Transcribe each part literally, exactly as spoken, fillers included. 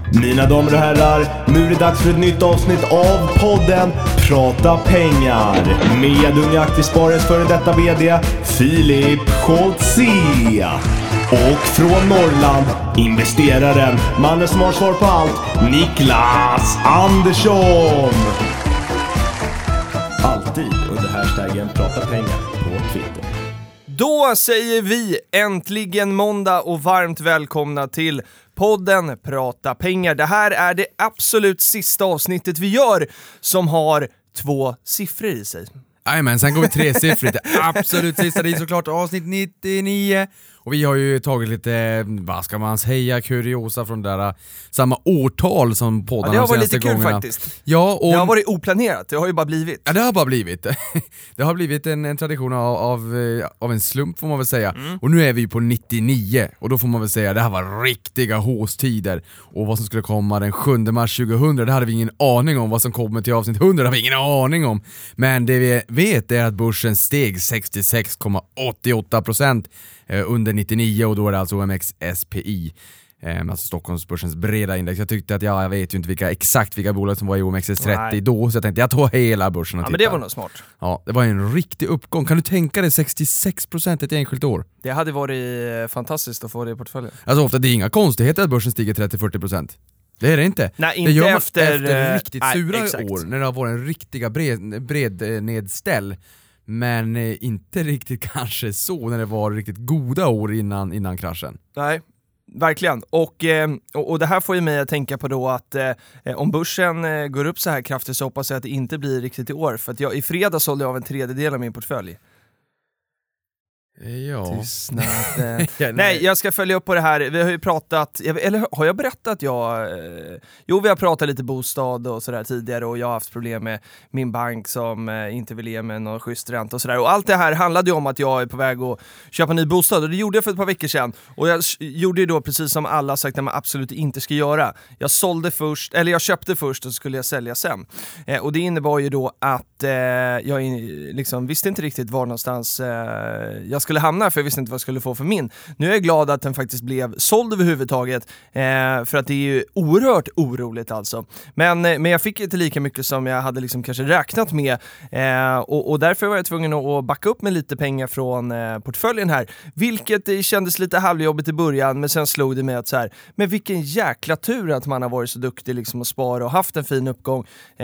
Mina damer och herrar, nu är det dags för ett nytt avsnitt av podden Prata pengar med unga aktiesparare före detta vd Filip Scholtze. Och från Norrland, investeraren, mannen som har svar på allt, Niklas Andersson. Alltid under hashtaggen Prata pengar på Twitter. Då säger vi äntligen måndag och varmt välkomna till podden Prata pengar. Det här är det absolut sista avsnittet vi gör som har två siffror i sig. Jajamän, sen går vi tre siffror. Det absolut sista, det är såklart avsnitt nittionio. Och vi har ju tagit lite, vad ska man säga, kuriosa från det där samma årtal som poddarna ja, de senaste lite kul gångerna. Faktiskt. Ja, och... Det har varit oplanerat, det har ju bara blivit. Ja, det har bara blivit. Det har blivit en, en tradition av, av, av en slump får man väl säga. Mm. Och nu är vi på nittionio och då får man väl säga att det här var riktiga håstider. Och vad som skulle komma den sjunde mars tjugohundra, det hade vi ingen aning om. Vad som kommer till avsnitt hundra, det har vi ingen aning om. Men det vi vet är att börsen steg sextiosex komma åttioåtta procent under nittionio och då är det alltså O M X S P I, eh, alltså Stockholmsbörsens breda index. Jag tyckte att ja, jag vet ju inte vilka, exakt vilka bolag som var i O M X S trettio Nej. Då, så jag tänkte jag tar hela börsen och ja, tittar. Men det var nog smart. Ja, det var en riktig uppgång. Kan du tänka dig sextiosex procent ett enskilt år? Det hade varit fantastiskt att få det i portföljen. Alltså ofta, det är inga konstigheter att börsen stiger trettio till fyrtio procent. Det är det inte. Nej, inte det gör man efter, efter riktigt nej, sura exakt. år när det har varit en riktiga bred, bred nedställ. Men eh, inte riktigt kanske så när det var riktigt goda år innan, innan kraschen. Nej, verkligen. Och, eh, och, och det här får ju mig att tänka på då att eh, om börsen eh, går upp så här kraftigt så hoppas jag att det inte blir riktigt i år. För att jag i fredags sålde jag av en tredjedel av min portfölj. Ja. Tystnad. ja, nej. nej, jag ska följa upp på det här. Vi har ju pratat, eller har jag berättat att jag... Eh, jo, vi har pratat lite bostad och sådär tidigare och jag har haft problem med min bank som eh, inte vill ge mig någon schysst ränta och sådär. Och allt det här handlade ju om att jag är på väg att köpa en ny bostad och det gjorde jag för ett par veckor sedan. Och jag gjorde ju då precis som alla sagt att man absolut inte ska göra. Jag sålde först, eller jag köpte först och så skulle jag sälja sen. Eh, och det innebar ju då att eh, jag liksom visste inte riktigt var någonstans eh, jag skulle hamna, för jag visste inte vad jag skulle få för min. Nu är jag glad att den faktiskt blev såld överhuvudtaget, eh, för att det är ju oerhört oroligt alltså. Men, men jag fick inte lika mycket som jag hade liksom kanske räknat med, eh, och, och därför var jag tvungen att backa upp med lite pengar från eh, portföljen här, vilket det kändes lite halvjobbigt i början, men sen slog det mig att så här, men vilken jäkla tur att man har varit så duktig liksom att spara och haft en fin uppgång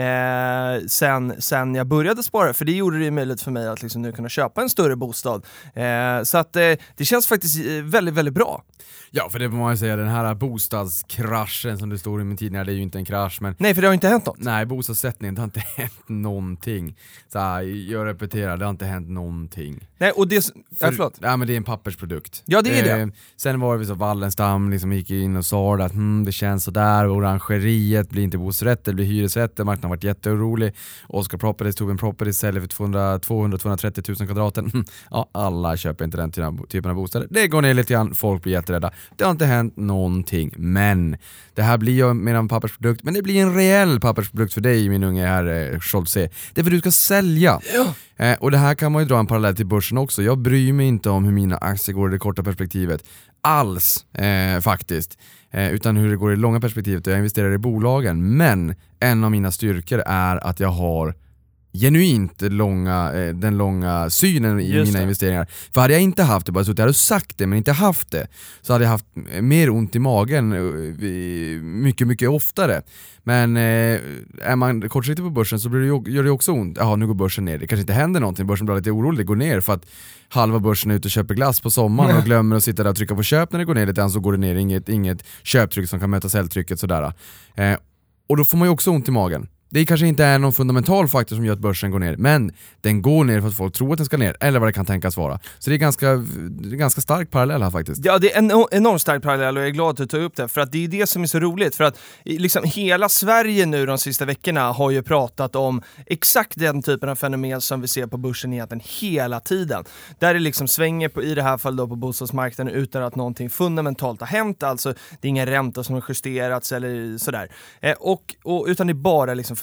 eh, sen, sen jag började spara, för det gjorde det möjligt för mig att liksom nu kunna köpa en större bostad. Eh, så att eh, det känns faktiskt väldigt, väldigt bra. Ja, för det får man ju säga, den här bostadskraschen som det står i min tidning, det är ju inte en krasch, men... Nej, för det har inte hänt något. Nej, bostadssättningen, det har inte hänt någonting. Så här, jag repeterar, det har inte hänt någonting. Nej, och det... För, ja, förlåt. Ja, men det är en pappersprodukt. Ja, det är det. Eh, sen var det så Wallenstam liksom gick in och sa att hm, det känns så där, orangeriet blir inte bostadsrätter, det blir hyresrätter, marknaden har varit jätteorolig. Oscar Properties, Tobin Properties säljer för tvåhundra till tvåhundratrettio tusen kvadraten. Ja, alla köper inte den typen av bostäder. Det går ner lite grann, folk blir jätterädda. Det har inte hänt någonting, men det här blir ju mer en pappersprodukt, men det blir en reell pappersprodukt för dig, min unge här Scholtze. Det är för du ska sälja. Ja. Eh, och det här kan man ju dra en parallell till börsen också. Jag bryr mig inte om hur mina aktier går i det korta perspektivet alls, eh, faktiskt. Eh, utan hur det går i det långa perspektivet. Jag investerar i bolagen, men en av mina styrkor är att jag har genuint långa, eh, den långa synen i Just mina det. investeringar. För hade jag inte haft det, bara så att jag hade sagt det men inte haft det, så hade jag haft mer ont i magen eh, mycket, mycket oftare. Men eh, är man kortsiktig på börsen så blir det ju, gör det också ont. Jaha, nu går börsen ner. Det kanske inte händer någonting. Börsen blir lite orolig. Det går ner för att halva börsen är ute och köper glass på sommaren och glömmer att sitta där och trycka på köp när det går ner lite, så går det ner. Inget, inget köptryck som kan möta säljtrycket sådär. Eh, och då får man ju också ont i magen. Det kanske inte är någon fundamental faktor som gör att börsen går ner, men den går ner för att folk tror att den ska ner, eller vad det kan tänkas vara. Så det är ganska, det är ganska stark parallell här faktiskt. Ja, det är en enormt stark parallell och jag är glad att du tar upp det, för att det är det som är så roligt, för att liksom hela Sverige nu de sista veckorna har ju pratat om exakt den typen av fenomen som vi ser på börsen egentligen hela tiden. Där det liksom svänger på, i det här fallet då på bostadsmarknaden, utan att någonting fundamentalt har hänt, alltså det är inga räntor som har justerats eller sådär. Eh, och, och, utan det är bara liksom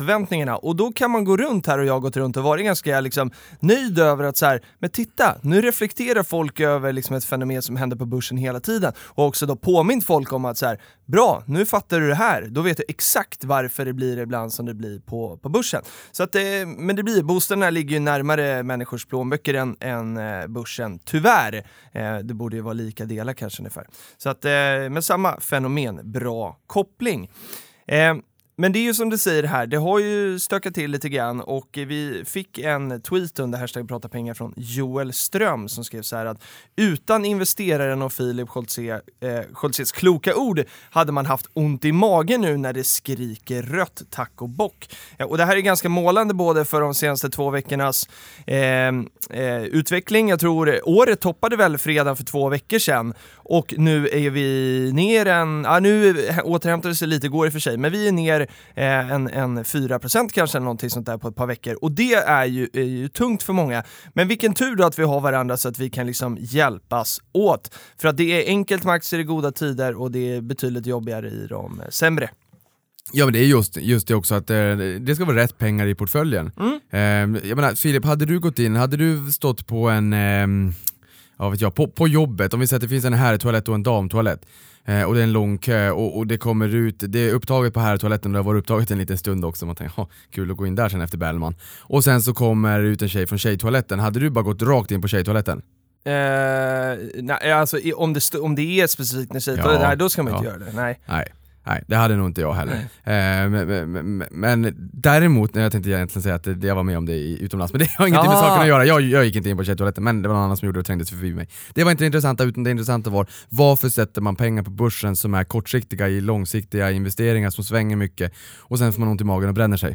förväntningarna. Och då kan man gå runt här, och jag har gått runt och varit ganska liksom nöjd över att så här, men titta, nu reflekterar folk över liksom ett fenomen som händer på börsen hela tiden. Och också då påmint folk om att så här, bra, nu fattar du det här. Då vet du exakt varför det blir ibland som det blir på, på börsen. Så att det, men det blir, bostäderna ligger ju närmare människors plånböcker än, än eh, börsen, tyvärr. Eh, det borde ju vara lika delar kanske ungefär. Så att, eh, men samma fenomen, bra koppling. Eh, Men det är ju som du säger här, det har ju stökat till lite grann, och vi fick en tweet under hashtag prata pengar från Joel Ström som skrev så här att utan investeraren och Filip Scholtze, eh, Scholtzes kloka ord hade man haft ont i magen nu när det skriker rött, tack och bock. Eh, och det här är ganska målande både för de senaste två veckornas eh, eh, utveckling. Jag tror året toppade väl fredag för två veckor sedan, och nu är vi ner en, ja nu återhämtade sig lite går i och för sig, men vi är ner Eh, en, en fyra procent kanske eller någonting sånt där på ett par veckor, och det är ju, är ju tungt för många. Men vilken tur då att vi har varandra så att vi kan liksom hjälpas åt, för att det är enkelt med aktier i goda tider och det är betydligt jobbigare i de sämre. Ja, men det är just, just det också att eh, det ska vara rätt pengar i portföljen. Mm. Eh, jag menar, Filip, hade du gått in, hade du stått på en eh, ja, vet jag, på, på jobbet, om vi säger att det finns en herrtoalett och en damtoalett, Eh, och det är en lång kö och, och det kommer ut, det är upptaget på här toaletten och det har varit upptaget en liten stund också. Man tänker, kul att gå in där sen efter Bellman. Och sen så kommer ut en tjej från tjejtoaletten. Hade du bara gått rakt in på tjejtoaletten? Uh, nej, alltså om det, st- om det är specifikt när tjejtoaletten, ja, då ska man ja. inte göra det. Nej. Nej. Nej, det hade nog inte jag heller. Eh, men, men, men däremot, jag tänkte egentligen säga att det, jag var med om det i, utomlands, men det har ingenting med saken att göra. Jag, jag gick inte in på tjejtoaletten, men det var någon annan som gjorde det och trängdes förbi mig. Det var inte intressant, utan det intressanta var varför sätter man pengar på börsen som är kortsiktiga i långsiktiga investeringar som svänger mycket, och sen får man ont i magen och bränner sig.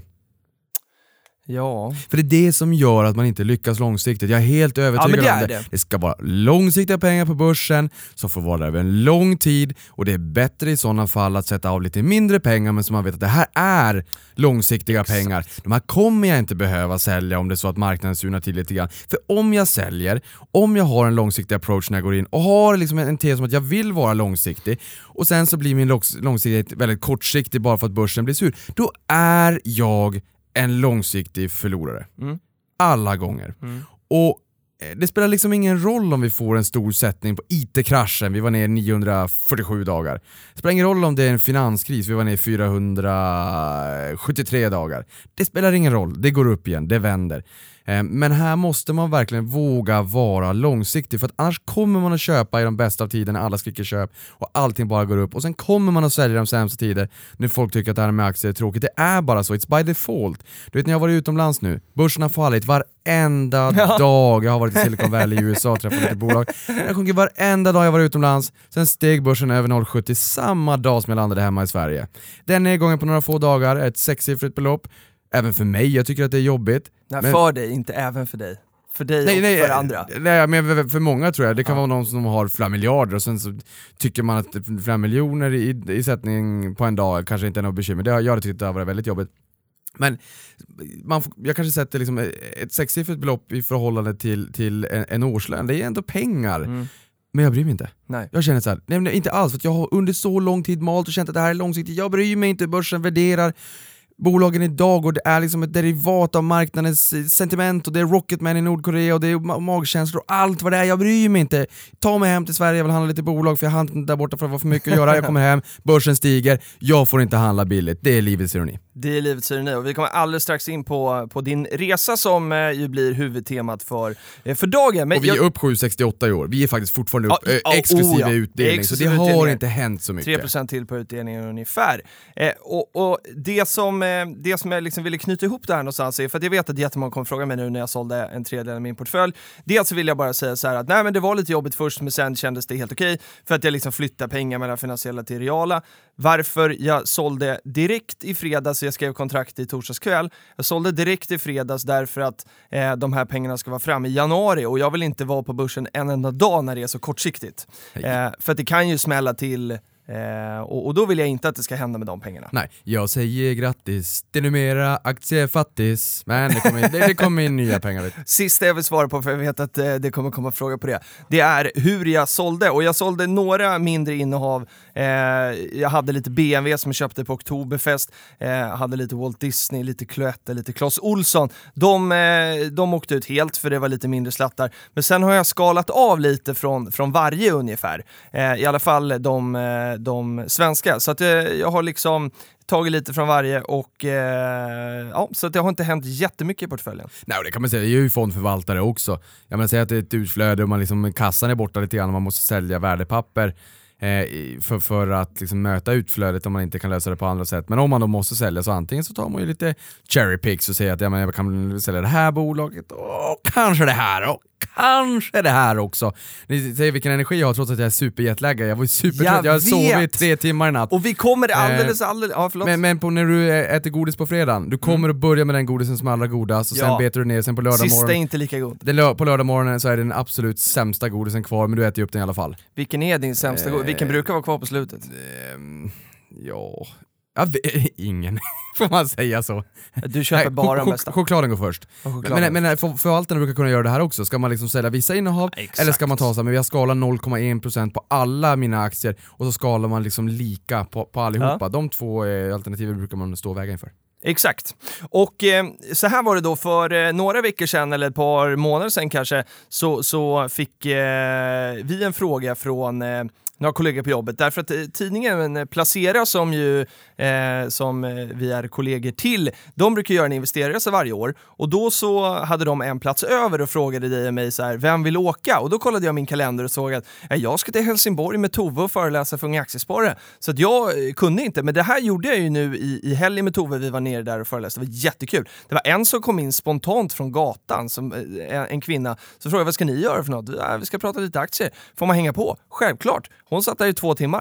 Ja. För det är det som gör att man inte lyckas långsiktigt. Jag är helt övertygad ja, det om det. det. Det ska vara långsiktiga pengar på börsen som får vara där över en lång tid, och det är bättre i sådana fall att sätta av lite mindre pengar, men som man vet att det här är långsiktiga Exakt. pengar. De här kommer jag inte behöva sälja om det är så att marknaden surnar till lite grann. För om jag säljer, om jag har en långsiktig approach när jag går in och har liksom en tes om att jag vill vara långsiktig, och sen så blir min långsiktighet väldigt kortsiktig bara för att börsen blir sur, då är jag en långsiktig förlorare. Mm. Alla gånger. Mm. Och det spelar liksom ingen roll om vi får en stor sättning på I T-kraschen. Vi var ner niohundrafyrtiosju dagar. Det spelar ingen roll om det är en finanskris. Vi var ner fyrahundrasjuttiotre dagar. Det spelar ingen roll. Det går upp igen. Det vänder. Men här måste man verkligen våga vara långsiktig, för att annars kommer man att köpa i de bästa av tiderna, alla skriker köp och allting bara går upp, och sen kommer man att sälja de sämsta tider när folk tycker att det här med aktier är tråkigt. Det är bara så, it's by default. Du vet, när jag var utomlands nu, börsen har fallit varenda ja. dag. Jag har varit i Silicon Valley i U S A och träffat lite bolag. Jag sjunker varenda dag jag var utomlands. Sen steg börsen över noll komma sjuttio samma dag som jag landade hemma i Sverige. Den nedgången på några få dagar är ett sexsiffrigt belopp. Även för mig, jag tycker att det är jobbigt. Nej, men för dig, inte även för dig. För dig nej, och nej, för andra. Nej, men för många tror jag. Det kan ja. vara någon som har flera miljarder, och sen så tycker man att flera miljoner i, i sättning på en dag kanske inte är något bekymmer. Det har jag tyckt att det var väldigt jobbigt. Men man får, jag kanske sätter liksom ett sexsiffrigt belopp i förhållande till, till en, en årslön. Det är ändå pengar. Mm. Men jag bryr mig inte. Nej. Jag känner så här, nej, inte alls, för att jag har under så lång tid malt och känt att det här är långsiktigt. Jag bryr mig inte, börsen värderar bolagen idag, och det är liksom ett derivat av marknadens sentiment, och det är Rocketman i Nordkorea och det är magkänslor och allt vad det är. Jag bryr mig inte. Ta mig hem till Sverige, jag vill handla lite bolag, för jag hann inte där borta för att det var för mycket att göra. Jag kommer hem, börsen stiger, jag får inte handla billigt. Det är livets ironi. Det är livets ironi, och vi kommer alldeles strax in på, på din resa som eh, ju blir huvudtemat för, eh, för dagen. Men och vi jag... är upp sju komma sextioåtta i år. Vi är faktiskt fortfarande upp, ja, eh, exklusive oh, ja. utdelning, exklusive så det utdelning. Har inte hänt så mycket. tre procent till på utdelningen ungefär. Eh, och, och det som, eh, det som jag liksom ville knyta ihop det här någonstans är, för att jag vet att jättemånga kommer fråga mig nu när jag sålde en tredjedel av min portfölj. Dels så vill jag bara säga så här att nej, men det var lite jobbigt först, men sen kändes det helt okej för att jag liksom flyttar pengar mellan finansiella till reala. Varför jag sålde direkt i fredags, jag skrev kontrakt i torsdags kväll. Jag sålde direkt i fredags därför att eh, de här pengarna ska vara fram i januari, och jag vill inte vara på börsen en enda dag när det är så kortsiktigt. Eh, för att det kan ju smälla till Eh, och, och då vill jag inte att det ska hända med de pengarna. Nej, jag säger grattis, det är numera aktiefattis, men det kommer in, det, det kommer in nya pengar. Vet. Sista jag vill svara på, för jag vet att eh, det kommer komma fråga på det, det är hur jag sålde. Och jag sålde några mindre innehav. Eh, jag hade lite B M W som jag köpte på Oktoberfest, eh, hade lite Walt Disney, lite Cloetta, lite Clas Ohlson. De, eh, de åkte ut helt för det var lite mindre slattar. Men sen har jag skalat av lite från, från varje ungefär. Eh, I alla fall de, de svenska. Så att eh, jag har liksom tagit lite från varje och eh, ja, så att det har inte hänt jättemycket i portföljen. Nej, det kan man säga, det är ju fondförvaltare också. Jag menar, säga att det är ett utflöde och man liksom, kassan är borta lite grann och man måste sälja värdepapper eh, för, för att liksom möta utflödet om man inte kan lösa det på andra sätt. Men om man då måste sälja, så antingen så tar man ju lite cherry picks och säger att ja, men jag kan sälja det här bolaget och kanske det här och kanske det här också. Ni säger vilken energi jag har trots att jag är superjetlaggad. Jag var ju supertrött, jag har sovit tre timmar i natt. Och vi kommer alldeles, alldeles... Ja, förlåt. Men, men på, när du äter godis på fredagen, du kommer mm. att börja med den godisen som är allra godast och ja. sen betar du ner, sen på lördag morgon. Sista är inte lika god. Den, på lördag morgonen så är det den absolut sämsta godisen kvar, men du äter ju upp den i alla fall. Vilken är din sämsta eh, godis? Vilken brukar vara kvar på slutet? Eh, ja... Ja, ingen, får man säga så. Du köper Nej, bara de bästa. Chokladen går först. Men, men för, för allt den brukar kunna göra det här också. Ska man liksom sälja vissa innehav? Exakt. Eller ska man ta så här, men vi har skalat noll komma en procent på alla mina aktier och så skalar man liksom lika på, på allihopa. Ja. De två eh, alternativen brukar man stå vägen för. Exakt. Och eh, så här var det då för eh, några veckor sedan eller ett par månader sedan kanske, så, så fick eh, vi en fråga från eh, några kollegor på jobbet, därför att eh, tidningen Placera som ju eh, som eh, vi är kollegor till, de brukar göra en investerarresa varje år och då så hade de en plats över och frågade dig och mig så här, vem vill åka? Och då kollade jag min kalender och såg att eh, jag ska till Helsingborg med Tove och föreläsa för Unga Aktiesparare, så att jag eh, kunde inte, men det här gjorde jag ju nu i, i helgen med Tove. Vi var nere där och föreläste, det var jättekul. Det var en som kom in spontant från gatan, som eh, en kvinna, så frågade jag, vad ska ni göra för något? Ja, vi ska prata lite aktier. Får man hänga på? Självklart. Hon satt där i två timmar.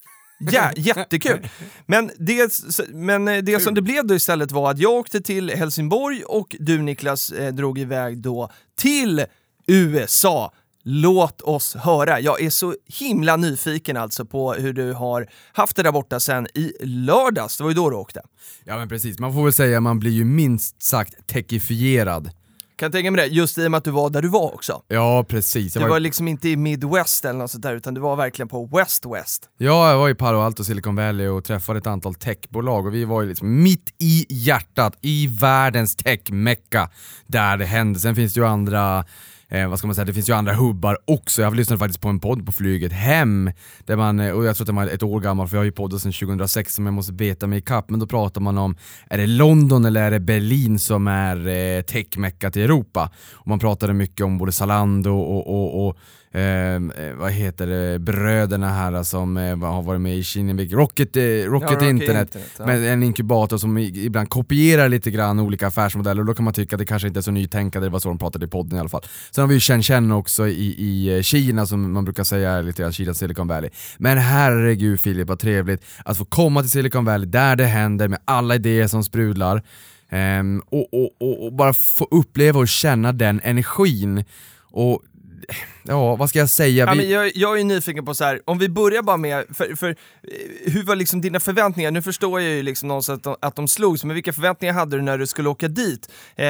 Ja, jättekul. Men det, men det som det blev då istället var att jag åkte till Helsingborg och du, Niklas, eh, drog iväg då till U S A. Låt oss höra. Jag är så himla nyfiken alltså på hur du har haft det där borta sen i lördags. Det var ju då du åkte. Ja, men precis. Man får väl säga att man blir ju minst sagt techifierad. Kan jag tänka mig det, just i och med att du var där du var också. Ja, precis. Jag det var... var liksom inte i Midwest eller något sånt där, utan det var verkligen på West West. Ja, jag var i Palo Alto, Silicon Valley och träffade ett antal techbolag och vi var ju liksom mitt i hjärtat, i världens tech-mecka där det hände. Sen finns det ju andra... Eh, vad ska man säga, det finns ju andra hubbar också. Jag lyssnade faktiskt på en podd på flyget hem där man, och jag tror att det var ett år gammal för jag har ju poddat sedan tjugohundrasex som jag måste beta mig i kapp, men då pratar man om, är det London eller är det Berlin som är eh, tech-meckat i Europa? Och man pratade mycket om både Zalando och, och, och Eh, vad heter det, bröderna här som eh, har varit med i Kinnevik Rocket, eh, Rocket, ja, Rocket Internet, Internet ja. Med en inkubator som ibland kopierar lite grann olika affärsmodeller och då kan man tycka att det kanske inte är så nytänkande, det var så de pratade i podden i alla fall. Sen har vi ju Shenzhen också i, i Kina som man brukar säga är lite grann Kinas Silicon Valley. Men herregud Filip, vad trevligt att få komma till Silicon Valley där det händer med alla idéer som sprudlar eh, och, och, och, och bara få uppleva och känna den energin. Och ja, vad ska jag säga? Ja, vi... men jag, jag är nyfiken på så här, om vi börjar bara med, för, för hur var liksom dina förväntningar? Nu förstår jag ju liksom någonstans att de, att de slogs, men vilka förväntningar hade du när du skulle åka dit? Eh,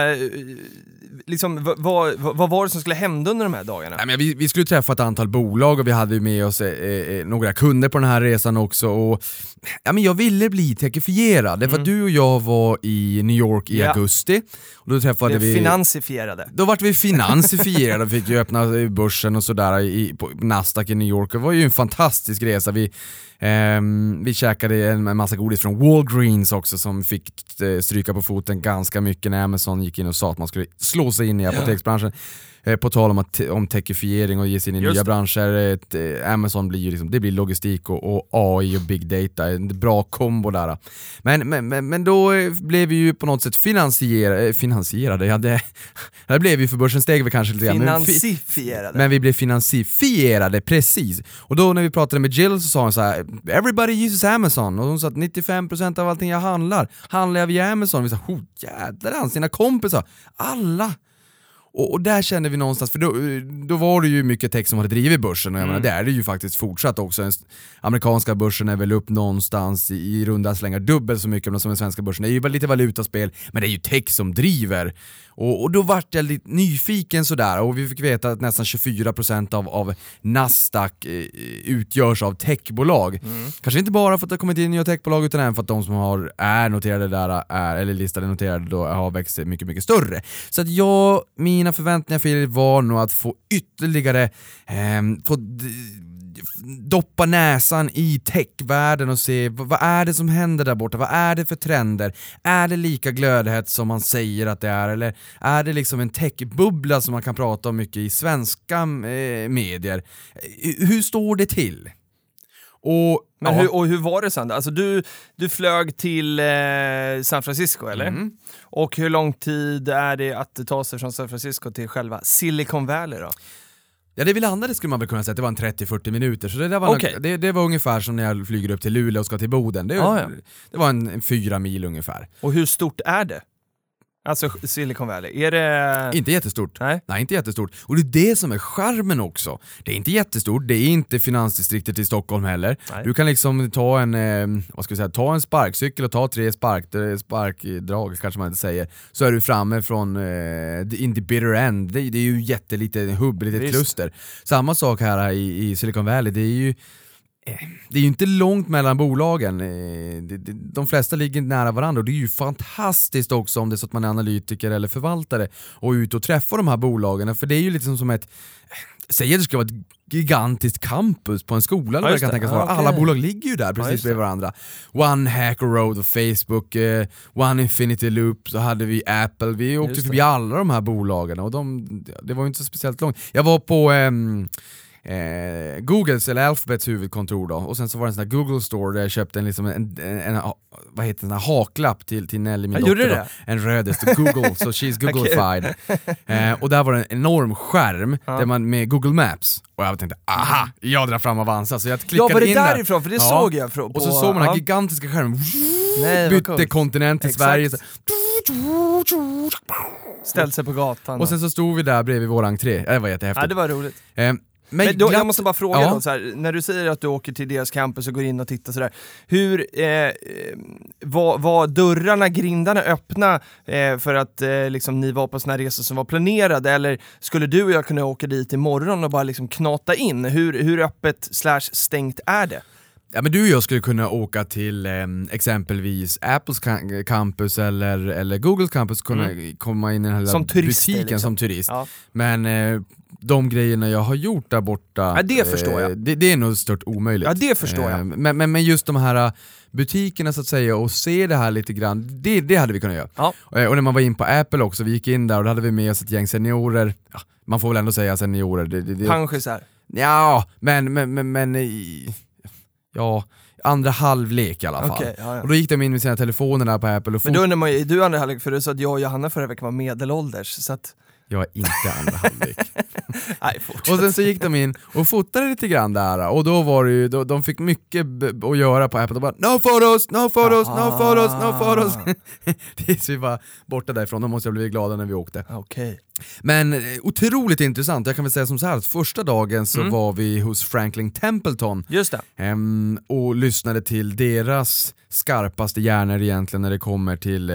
liksom, vad, vad, vad var det som skulle hända under de här dagarna? Ja, men vi, vi skulle träffa ett antal bolag och vi hade med oss eh, eh, några kunder på den här resan också och ja, men jag ville bli techifierad, mm. för att du och jag var i New York i ja. augusti och då träffade det vi... Finansifierade. Då vart vi finansifierade och fick ju öppna börsen och sådär i, på Nasdaq i New York. Det var ju en fantastisk resa. Vi, eh, vi käkade en, en massa godis från Walgreens också som fick eh, stryka på foten ganska mycket när Amazon gick in och sa att man skulle slå sig in i apoteksbranschen. Eh, på tal om, att, om techifiering och ge sig in i Just nya det. branscher. Ett, eh, Amazon blir ju liksom, det blir logistik och, och A I och big data. En bra kombo där. Men, men, men, men då blev vi ju på något sätt finansierade. finansierade. Ja, det, det blev vi för börsen steg vi kanske lite grann. Finansifierade. Men, men vi blev finansifierade, precis. Och då när vi pratade med Jill så sa hon så här: everybody uses Amazon. Och hon sa att nittiofem procent av allting jag handlar handlar jag via Amazon. Vi sa, oh jädrar, sina kompisar. Alla. Och, och där kände vi någonstans, för då, då var det ju mycket tech som hade drivit börsen och jag mm. menar, det är det ju faktiskt fortsatt också. Den amerikanska börsen är väl upp någonstans i, i runda slängar dubbelt så mycket som den svenska börsen. Det är ju lite valutaspel, men det är ju tech som driver. Och, och då vart jag lite nyfiken sådär, och vi fick veta att nästan tjugofyra procent av, av Nasdaq eh, utgörs av techbolag. Mm. Kanske inte bara för att det har kommit in nya techbolag, utan även för att de som har, är noterade där, är, eller listade noterade då, har växt mycket, mycket större. Så att jag, mina förväntningar för det var nog att få ytterligare eh, få d- doppa näsan i techvärlden och se vad, vad är det som händer där borta, vad är det för trender, är det lika glödhet som man säger att det är, eller är det liksom en techbubbla som man kan prata om mycket i svenska eh, medier. Hur står det till? Och, Men ja. hur, och hur var det sen? Alltså du, du flög till eh, San Francisco, eller? Mm. Och hur lång tid är det att ta sig från San Francisco till själva Silicon Valley då? Ja, det vi landade skulle man väl kunna säga att det var en trettio till fyrtio minuter. Så det, där var okay. nog, det, det var ungefär som när jag flyger upp till Luleå och ska till Boden. Det, ah, ja. det var en, en fyra mil ungefär. Och hur stort är det? Alltså Silicon Valley, är det... Inte jättestort. Nej. Nej, inte jättestort. Och det är det som är charmen också. Det är inte jättestort, det är inte finansdistriktet i Stockholm heller. Nej. Du kan liksom ta en, eh, vad ska jag säga, ta en sparkcykel och ta tre spark, sparkdrag kanske man inte säger. Så är du framme från eh, in the bitter end. Det, det är ju jättelite hubb, lite kluster. Samma sak här i, i Silicon Valley, det är ju det är ju inte långt mellan bolagen. De flesta ligger nära varandra, och det är ju fantastiskt också om det är så att man är analytiker eller förvaltare och ut och träffar de här bolagen. För det är ju liksom som ett, säg att det ska vara ett gigantiskt campus på en skola, eller ja, kan tänkas vara. Ah, okay. Alla bolag ligger ju där precis ja, bredvid varandra. One Hacker Road och Facebook, eh, One Infinity Loop, så hade vi Apple. Vi åkte förbi alla de här bolagen, och de, det var ju inte så speciellt långt. Jag var på ehm, Eh, Googles eller Alphabets huvudkontor då, och sen så var det en sån här Google Store där jag köpte en, liksom en, en, en vad heter det, en haklapp till, till Nelly, min dotter då. En röd, det stod Google, så she's Google-fied. eh, och där var det en enorm skärm ja. där man med Google Maps, och jag tänkte, aha, jag drar fram Avanza, så jag klickade in där. Ja, var det därifrån? För det ja. såg jag på, och så såg man den här ja. gigantiska skärmen. Nej, bytte kontinent till Exakt. Sverige så. Ställt sig på gatan. Och sen så stod vi där bredvid vår entré. Det var jättehäftigt. Ja, det var roligt. Eh, Men, Men då, jag måste bara fråga ja. då, så här, när du säger att du åker till deras campus och går in och tittar sådär, hur eh, var, var dörrarna, grindarna öppna eh, för att eh, liksom, ni var på såna här resor som var planerade, eller skulle du och jag kunna åka dit imorgon och bara liksom knata in? Hur, hur öppet slash stängt är det? Ja, men du och jag skulle kunna åka till eh, exempelvis Apples campus eller, eller Googles campus och kunna mm. komma in i den här som butiken liksom. som turist. Ja. Men eh, de grejerna jag har gjort där borta, ja, det förstår jag. Eh, det, det är nog stört omöjligt. Ja, det förstår jag. Eh, men, men, men just de här butikerna så att säga, och se det här lite grann, det, det hade vi kunnat göra. Ja. Eh, och när man var in på Apple också, vi gick in där och då hade vi med oss ett gäng seniorer. Ja, man får väl ändå säga seniorer. Det, det, det. Panschisar. Ja, men... men, men, men i, ja, andra halvlek i alla fall. Okay, ja, ja. Och då gick de in med sina telefoner där på Apple och Men då undrar man ju, är du andra halvlek? För du sa att jag och Johanna förra veckan var medelålders, så att... Jag är inte andra halvlek. Nej, och sen så gick de in och fotade lite grann där, och då var det ju, då, de fick mycket b- att göra på Apple. De bara, no photos, no photos, ah. no photos, no photos. Tills vi var borta därifrån, de måste ha blivit glada när vi åkte. Okay. Men eh, otroligt intressant. Jag kan väl säga som så här, att första dagen så mm. var vi hos Franklin Templeton. Just det. Ehm, och lyssnade till deras skarpaste hjärnor egentligen när det kommer till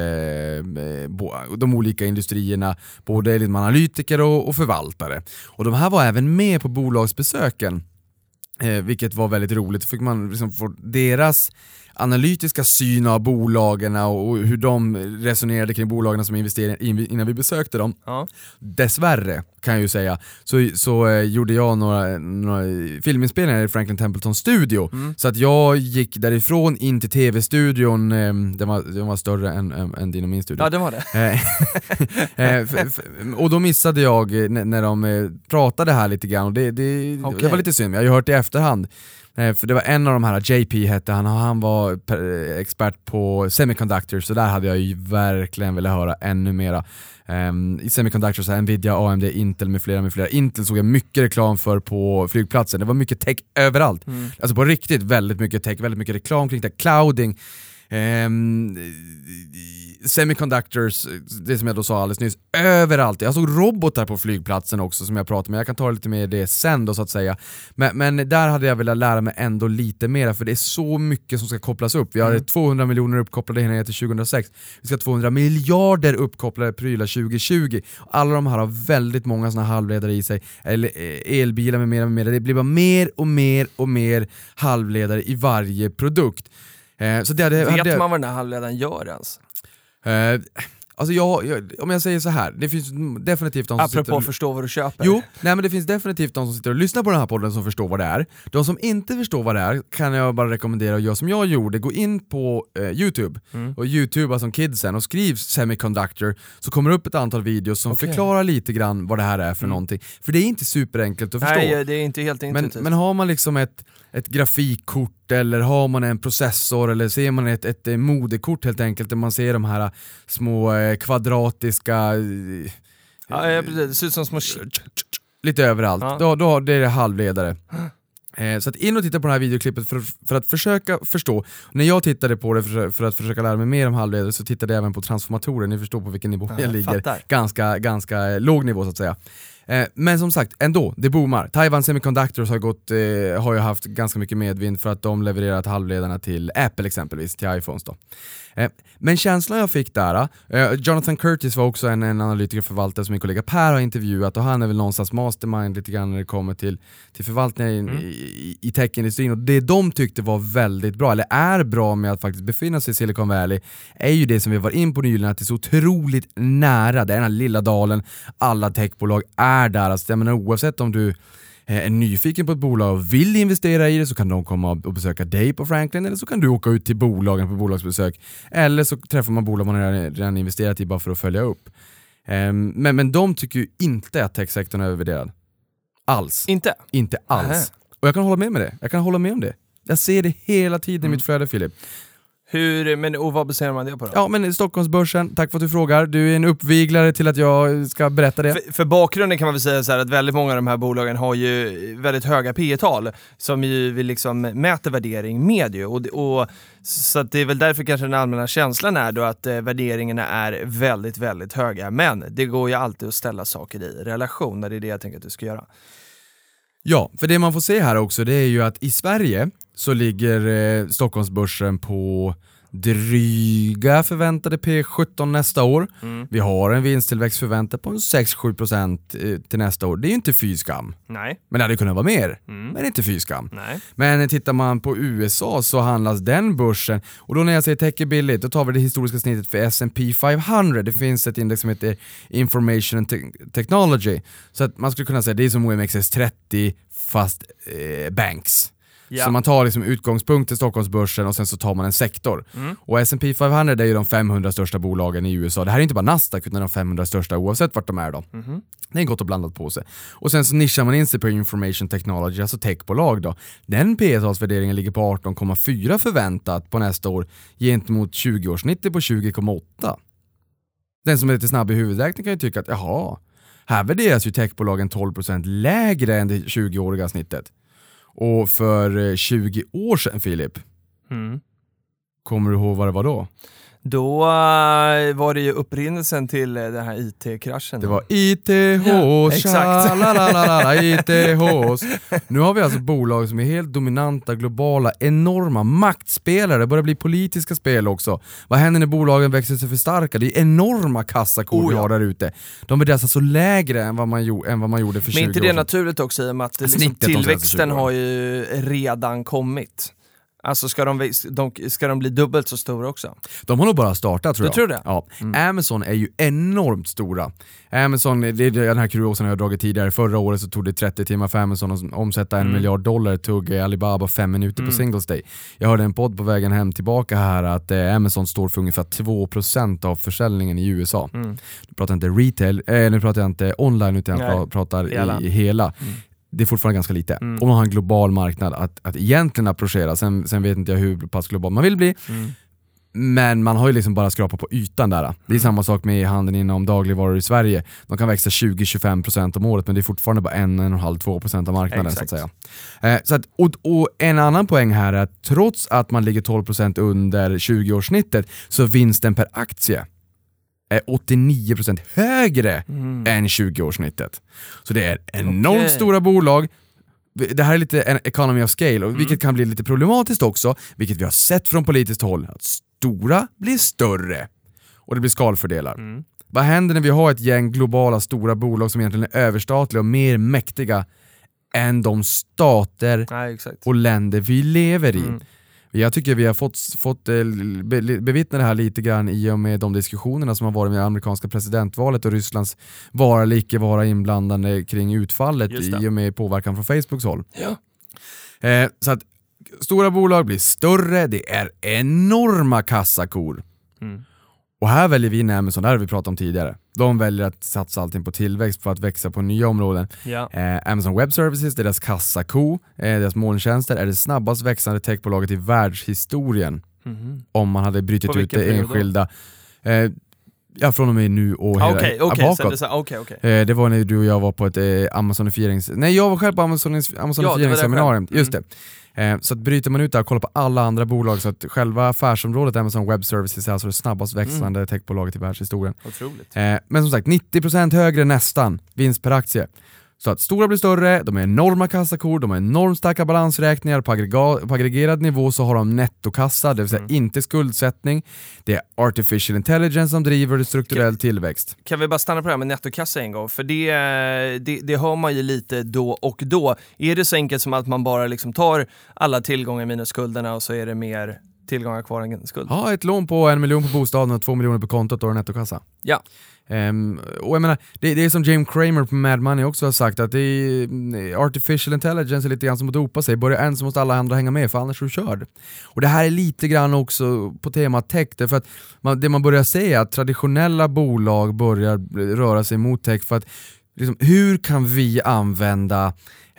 eh, de olika industrierna, både liksom analytiker och, och förvaltare. Och de här var även med på bolagsbesöken, eh, vilket var väldigt roligt. Fick man liksom få deras analytiska syn av bolagen och hur de resonerade kring bolagen som investerade innan vi besökte dem. Ja. Dessvärre kan jag ju säga så, så eh, gjorde jag några, några filminspelningar i Franklin Templeton studio. Mm. Så att jag gick därifrån in till tv-studion. Eh, den, var, den var större än, än, än din och min studio. Ja, det var det. eh, f- f- och då missade jag n- när de eh, pratade här lite grann, och det, det, okay. det var lite synd. Jag har ju hört det i efterhand. För det var en av de här, J P hette han, han var expert på semiconductors, så där hade jag ju verkligen velat höra ännu mera. Um, I semiconductors, Nvidia, A M D, Intel med flera med flera. Intel såg jag mycket reklam för på flygplatsen. Det var mycket tech överallt. Mm. Alltså på riktigt väldigt mycket tech, väldigt mycket reklam kring det. Clouding. ehm, semiconductors, det som jag då sa alldeles nyss, överallt. Jag såg robotar på flygplatsen också som jag pratade med. Jag kan ta lite mer det sen då så att säga. Men, men där hade jag velat lära mig ändå lite mer, för det är så mycket som ska kopplas upp. Vi har mm. tvåhundra miljoner uppkopplade hela till tjugohundrasex. Vi ska ha tvåhundra miljarder uppkopplade prylar tjugo tjugo. Alla de här har väldigt många såna halvledare i sig, eller elbilar med mer och mer. Det blir bara mer och mer och mer halvledare i varje produkt. Eh, så det hade, Vet hade, man vad den här halvledaren gör ens? Eh, alltså jag, jag, om jag säger så här, det finns definitivt de som Apropå sitter och, förstå vad du köper. Jo, nej men det finns definitivt de som sitter och lyssnar på den här podden som förstår vad det är. De som inte förstår vad det är kan jag bara rekommendera att göra som jag gjorde. Gå in på eh, YouTube mm. och YouTube som kidsen och skriv semiconductor, så kommer det upp ett antal videos som okay. förklarar lite grann vad det här är för mm. någonting. För det är inte superenkelt att förstå. Nej, det är inte helt intuitivt. Men, men har man liksom ett ett grafikkort, eller har man en processor, eller ser man ett, ett, ett modekort helt enkelt, där man ser de här små eh, kvadratiska eh, ja, precis. Det ser ut som små lite överallt. Ja. Då, då det är det halvledare. Eh, så att in och titta på det här videoklippet för, för att försöka förstå. När jag tittade på det för, för att försöka lära mig mer om halvledare, så tittade jag även på transformatorer. Ni förstår på vilken nivå ja, jag, jag ligger. Ganska, ganska låg nivå så att säga. Men som sagt, ändå, det boomar. Taiwan Semiconductors har, gått, eh, har ju haft ganska mycket medvind för att de levererat halvledarna till Apple exempelvis, till iPhones då. Eh, men känslan jag fick där, eh, Jonathan Curtis var också en, en analytiker och förvaltare som min kollega Per har intervjuat, och han är väl någonstans mastermind lite grann när det kommer till, till förvaltningen mm. i, i techindustrin, och det de tyckte var väldigt bra, eller är bra med att faktiskt befinna sig i Silicon Valley, är ju det som vi var in på nyligen, att det är så otroligt nära, det är den här lilla dalen, alla techbolag är där. Alltså, jag menar, oavsett om du är nyfiken på ett bolag och vill investera i det, så kan de komma och besöka dig på Franklin, eller så kan du åka ut till bolagen på bolagsbesök, eller så träffar man bolag man redan, redan investerat i bara för att följa upp. Um, men, men de tycker ju inte att techsektorn är övervärderad. Alls. Inte? Inte alls. Aha. Och jag kan hålla med med det. Jag kan hålla med om det. Jag ser det hela tiden mm. i mitt flöde, Filip. Hur, men och vad baserar man det på då? Ja, men Stockholmsbörsen, tack för att du frågar. Du är en uppviglare till att jag ska berätta det. För, för bakgrunden kan man väl säga så här, att väldigt många av de här bolagen har ju väldigt höga P E-tal som ju vi liksom mäter värdering med ju. Och, och, så att det är väl därför kanske den allmänna känslan är då att eh, värderingarna är väldigt, väldigt höga. Men det går ju alltid att ställa saker i relation, det är det jag tänker att du ska göra. Ja, för det man får se här också, det är ju att i Sverige så ligger eh, Stockholmsbörsen på dryga förväntade P sjutton nästa år. Mm. Vi har en vinsttillväxt förväntad på sex till sju procent eh, till nästa år. Det är ju inte fy skam. Nej. Men det hade kunnat vara mer. Mm. Men det är inte fy skam. Nej. Men tittar man på U S A så handlas den börsen, och då när jag säger tech är billigt, då tar vi det historiska snittet för S and P femhundra. Det finns ett index som heter Information and Te- Technology. Så att man skulle kunna säga det är som O M X S trettio fast eh, banks. Ja. Så man tar liksom utgångspunkt till Stockholmsbörsen och sen så tar man en sektor. Mm. Och S and P femhundra är ju de femhundra största bolagen i U S A. Det här är inte bara Nasdaq utan de femhundra största oavsett vart de är då. Mm. Det är en gott och blandat på sig. Och sen så nischar man in sig på Information Technology, alltså techbolag då. Den P E-talsvärderingen ligger på arton komma fyra förväntat på nästa år gentemot tjugo-årssnittet på tjugo komma åtta. Den som är lite snabb i huvudräkning kan ju tycka att jaha, här värderas ju techbolagen tolv procent lägre än det tjugo-åriga snittet. Och för tjugo år sedan, Filip, mm. kommer du ihåg vad det var då? Då uh, var det ju upprinnelsen till uh, den här I T-kraschen. Det var I T H, exakt. I T H. Nu har vi alltså bolag som är helt dominanta, globala, enorma maktspelare. Det börjar bli politiska spel också. Vad händer när bolagen växer sig för starka? Det är enorma kassakor oh, vi har där ute. De värderas alltså lägre än vad man, jo- än vad man gjorde för tjugo år sedan. Men inte det naturligt också i och med att liksom tillväxten har ju redan kommit. Alltså ska de, de, ska de bli dubbelt så stora också? De har nog bara startat tror jag. Du tror det? Ja. Mm. Amazon är ju enormt stora. Amazon, det är den här kuriosen jag har dragit tidigare. Förra året så tog det trettio timmar för Amazon att omsätta en mm. miljard dollar. Tog Alibaba fem minuter mm. på Singles Day. Jag hörde en podd på vägen hem tillbaka här att eh, Amazon står för ungefär två procent av försäljningen i U S A. Mm. Nu pratar jag inte retail, eh, nu pratar jag inte online utan jag pratar hela. i, i hela. Mm. Det är fortfarande ganska lite. Mm. Om man har en global marknad att, att egentligen approchera, sen, sen vet inte jag hur pass global man vill bli. Mm. Men man har ju liksom bara skrapat på ytan där. Det är samma sak med handeln inom dagligvaror i Sverige. De kan växa tjugo till tjugofem procent om året, men det är fortfarande bara en till en komma fem till två procent av marknaden. Exakt. Så att säga. Eh, så att, och, och en annan poäng här är att trots att man ligger tolv procent under tjugo-årssnittet så vinsten per aktie är åttionio procent högre mm. än tjugo-årssnittet. Så det är enormt okay. stora bolag. Det här är lite en economy of scale, och mm. vilket kan bli lite problematiskt också, vilket vi har sett från politiskt håll, att stora blir större och det blir skalfördelar. Mm. Vad händer när vi har ett gäng globala stora bolag som egentligen är överstatliga och mer mäktiga än de stater Nej, och länder vi lever i? Mm. Jag tycker vi har fått, fått bevittna det här lite grann i och med de diskussionerna som har varit med det amerikanska presidentvalet och Rysslands vara eller icke vara inblandande kring utfallet i och med påverkan från Facebooks håll. Ja. Eh, så att stora bolag blir större, det är enorma kassakor. Mm. Och här väljer vi Amazon, det här har vi pratat om tidigare. De väljer att satsa allting på tillväxt för att växa på nya områden. Ja. Eh, Amazon Web Services, deras kassako, eh, deras molntjänster är det snabbast växande techbolaget i världshistorien. Mm-hmm. Om man hade brytit ut det enskilda. Eh, ja, från och med nu och hela okay, okay, bakåt. Så det, okay, okay. Eh, det var när du och jag var på ett eh, Amazonifierings... Nej, jag var själv på Amazonif- Amazonifierings-seminarium. Ja, just det. Eh, så att bryter man ut där och kollar på alla andra bolag, så att själva affärsområdet Amazon Web Services är alltså det snabbast växande mm. techbolaget i världshistorien. Otroligt. Eh, men som sagt, nittio procent högre nästan vinst per aktie. Så att stora blir större, de är enorma kassakor, de har enormt starka balansräkningar, på, aggrega- på aggregerad nivå så har de nettokassa, det vill säga mm. inte skuldsättning. Det är artificial intelligence som driver strukturell kan, tillväxt. Kan vi bara stanna på det här med nettokassa en gång? För det, det, det hör man ju lite då och då. Är det så enkelt som att man bara liksom tar alla tillgångar minus skulderna och så är det mer tillgångar kvar än skuld? Ja, ett lån på en miljon på bostaden och två miljoner på kontot och en nettokassa. Ja. Um, och jag menar, det, det är som James Cramer på Mad Money också har sagt, att det är, artificial intelligence är lite grann som att dopa sig. Börjar en så måste alla andra hänga med, för annars är du körd. Och det här är lite grann också på temat tech, för att man, det man börjar se är att traditionella bolag börjar röra sig mot tech, för att liksom, hur kan vi använda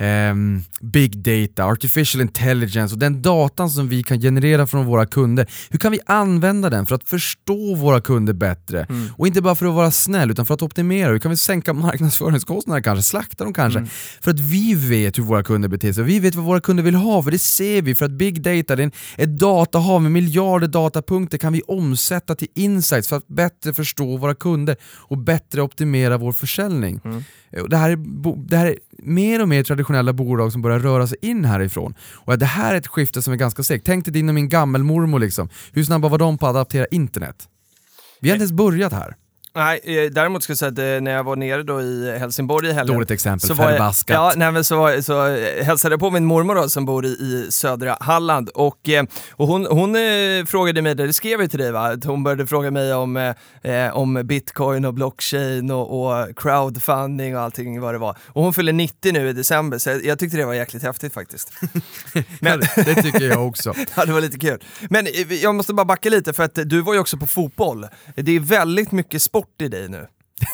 Um, big data, artificial intelligence och den datan som vi kan generera från våra kunder, hur kan vi använda den för att förstå våra kunder bättre? Mm. Och inte bara för att vara snäll, utan för att optimera. Hur kan vi sänka marknadsföringskostnader, kanske slakta dem kanske? Mm. För att vi vet hur våra kunder beter sig, vi vet vad våra kunder vill ha, för det ser vi. För att big data, det är ett datahav med miljarder datapunkter, kan vi omsätta till insights för att bättre förstå våra kunder och bättre optimera vår försäljning. Mm. Det här, är, det här är mer och mer traditionella bolag som börjar röra sig in härifrån. Och det här är ett skifte som är ganska segt. Tänk dig din och min gammelmormor liksom. Hur snabba var de på att adaptera internet? Vi har inte ens börjat här. Nej, däremot ska jag säga att när jag var nere då i Helsingborg i helgen. Dåligt exempel, så var jag, ja, nej, men så, var, så hälsade jag på min mormor då, som bor i, i södra Halland. Och, och hon, hon eh, frågade mig, det skrev jag till dig va? Att hon började fråga mig om, eh, om bitcoin och blockchain och, och crowdfunding och allting vad det var. Och hon fyller nittio nu i december, så jag, jag tyckte det var jäkligt häftigt faktiskt. Men, det tycker jag också. Ja, det var lite kul. Men jag måste bara backa lite, för att du var ju också på fotboll. Det är väldigt mycket sport i dig nu.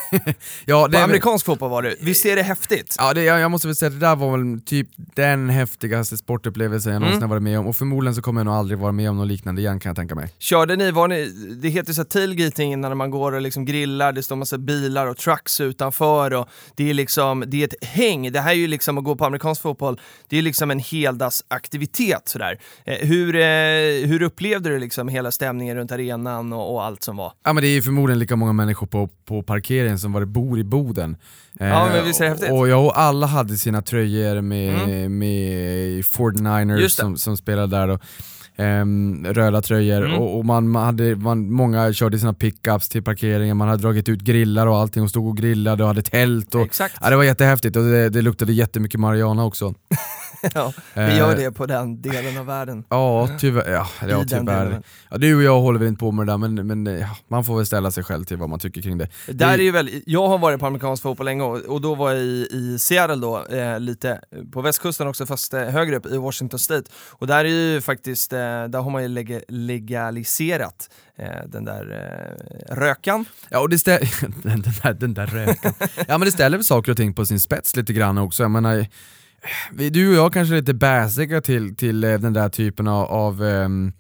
Ja, det på amerikansk fotboll var det. Visst är det häftigt? Ja, det, jag, jag måste väl säga att det där var väl typ den häftigaste sportupplevelsen jag någonsin mm. har varit med om. Och förmodligen så kommer jag nog aldrig vara med om något liknande igen, kan jag tänka mig. Körde ni, var ni, det heter så tailgating när man går och liksom grillar, det står massa bilar och trucks utanför och det är liksom, det är ett häng. Det här är ju liksom att gå på amerikansk fotboll, det är liksom en heldagsaktivitet sådär. Eh, hur, eh, hur upplevde du liksom hela stämningen runt arenan och, och allt som var? Ja, men det är ju förmodligen lika många människor på, på parkeringen som var det bor i Boden. Ja, men visst är det häftigt. Och, och, och alla hade sina tröjor med, mm. med fyrtionioers som, som spelade där. Och, um, röda tröjor. Mm. Och, och man, man hade, man, många körde sina pickups till parkeringen. Man hade dragit ut grillar och allting och stod och grillade och hade tält. Och, Exakt. Ja, det var jättehäftigt och det, det luktade jättemycket marijuana också. Ja, vi gör det på den delen av världen. Ja, tyvärr. Ja, ja, tyvärr. Ja, du och jag håller väl inte på med det där, men, men ja, man får väl ställa sig själv till vad man tycker kring det. Där är ju väl, jag har varit på amerikansk fotboll länge och, och då var jag i, i Seattle då, eh, lite på västkusten också, fast eh, högre upp i Washington State. Och där är ju faktiskt, eh, där har man ju leg- legaliserat eh, den där eh, rökan. Ja, och det ställer den, den, där, den där rökan. Ja, men det ställer väl saker och ting på sin spets lite grann också. Jag menar, du och jag kanske är lite basiga till, till den där typen av, av um,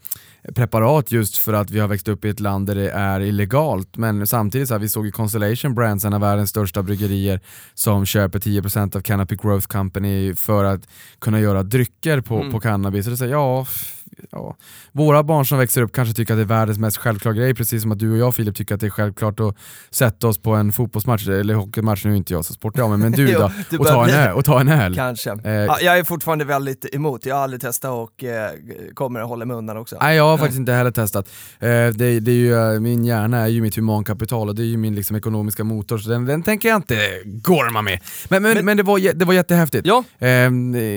preparat just för att vi har växt upp i ett land där det är illegalt. Men samtidigt så här, vi såg ju Constellation Brands, en av världens största bryggerier, som köper tio procent av Canopy Growth Company för att kunna göra drycker på, mm. på cannabis. Så det säger ja, ja, våra barn som växer upp kanske tycker att det är världens mest självklara grej, precis som att du och jag, Filip, tycker att det är självklart att sätta oss på en fotbollsmatch eller hockeymatch. Nu är inte jag så sportig, ja, men, men du då, jo, och, ta en öl, och ta en öl. Kanske. Eh, ja, jag är fortfarande väldigt emot, jag har aldrig testat och eh, kommer att hålla mig undan också. Nej, jag har faktiskt inte heller testat. Eh, det, det är ju, min hjärna är ju mitt humankapital och det är ju min liksom, ekonomiska motor, så den, den tänker jag inte gorma med. Men, men, men, men det, var, det var jättehäftigt. Ja, eh, eh,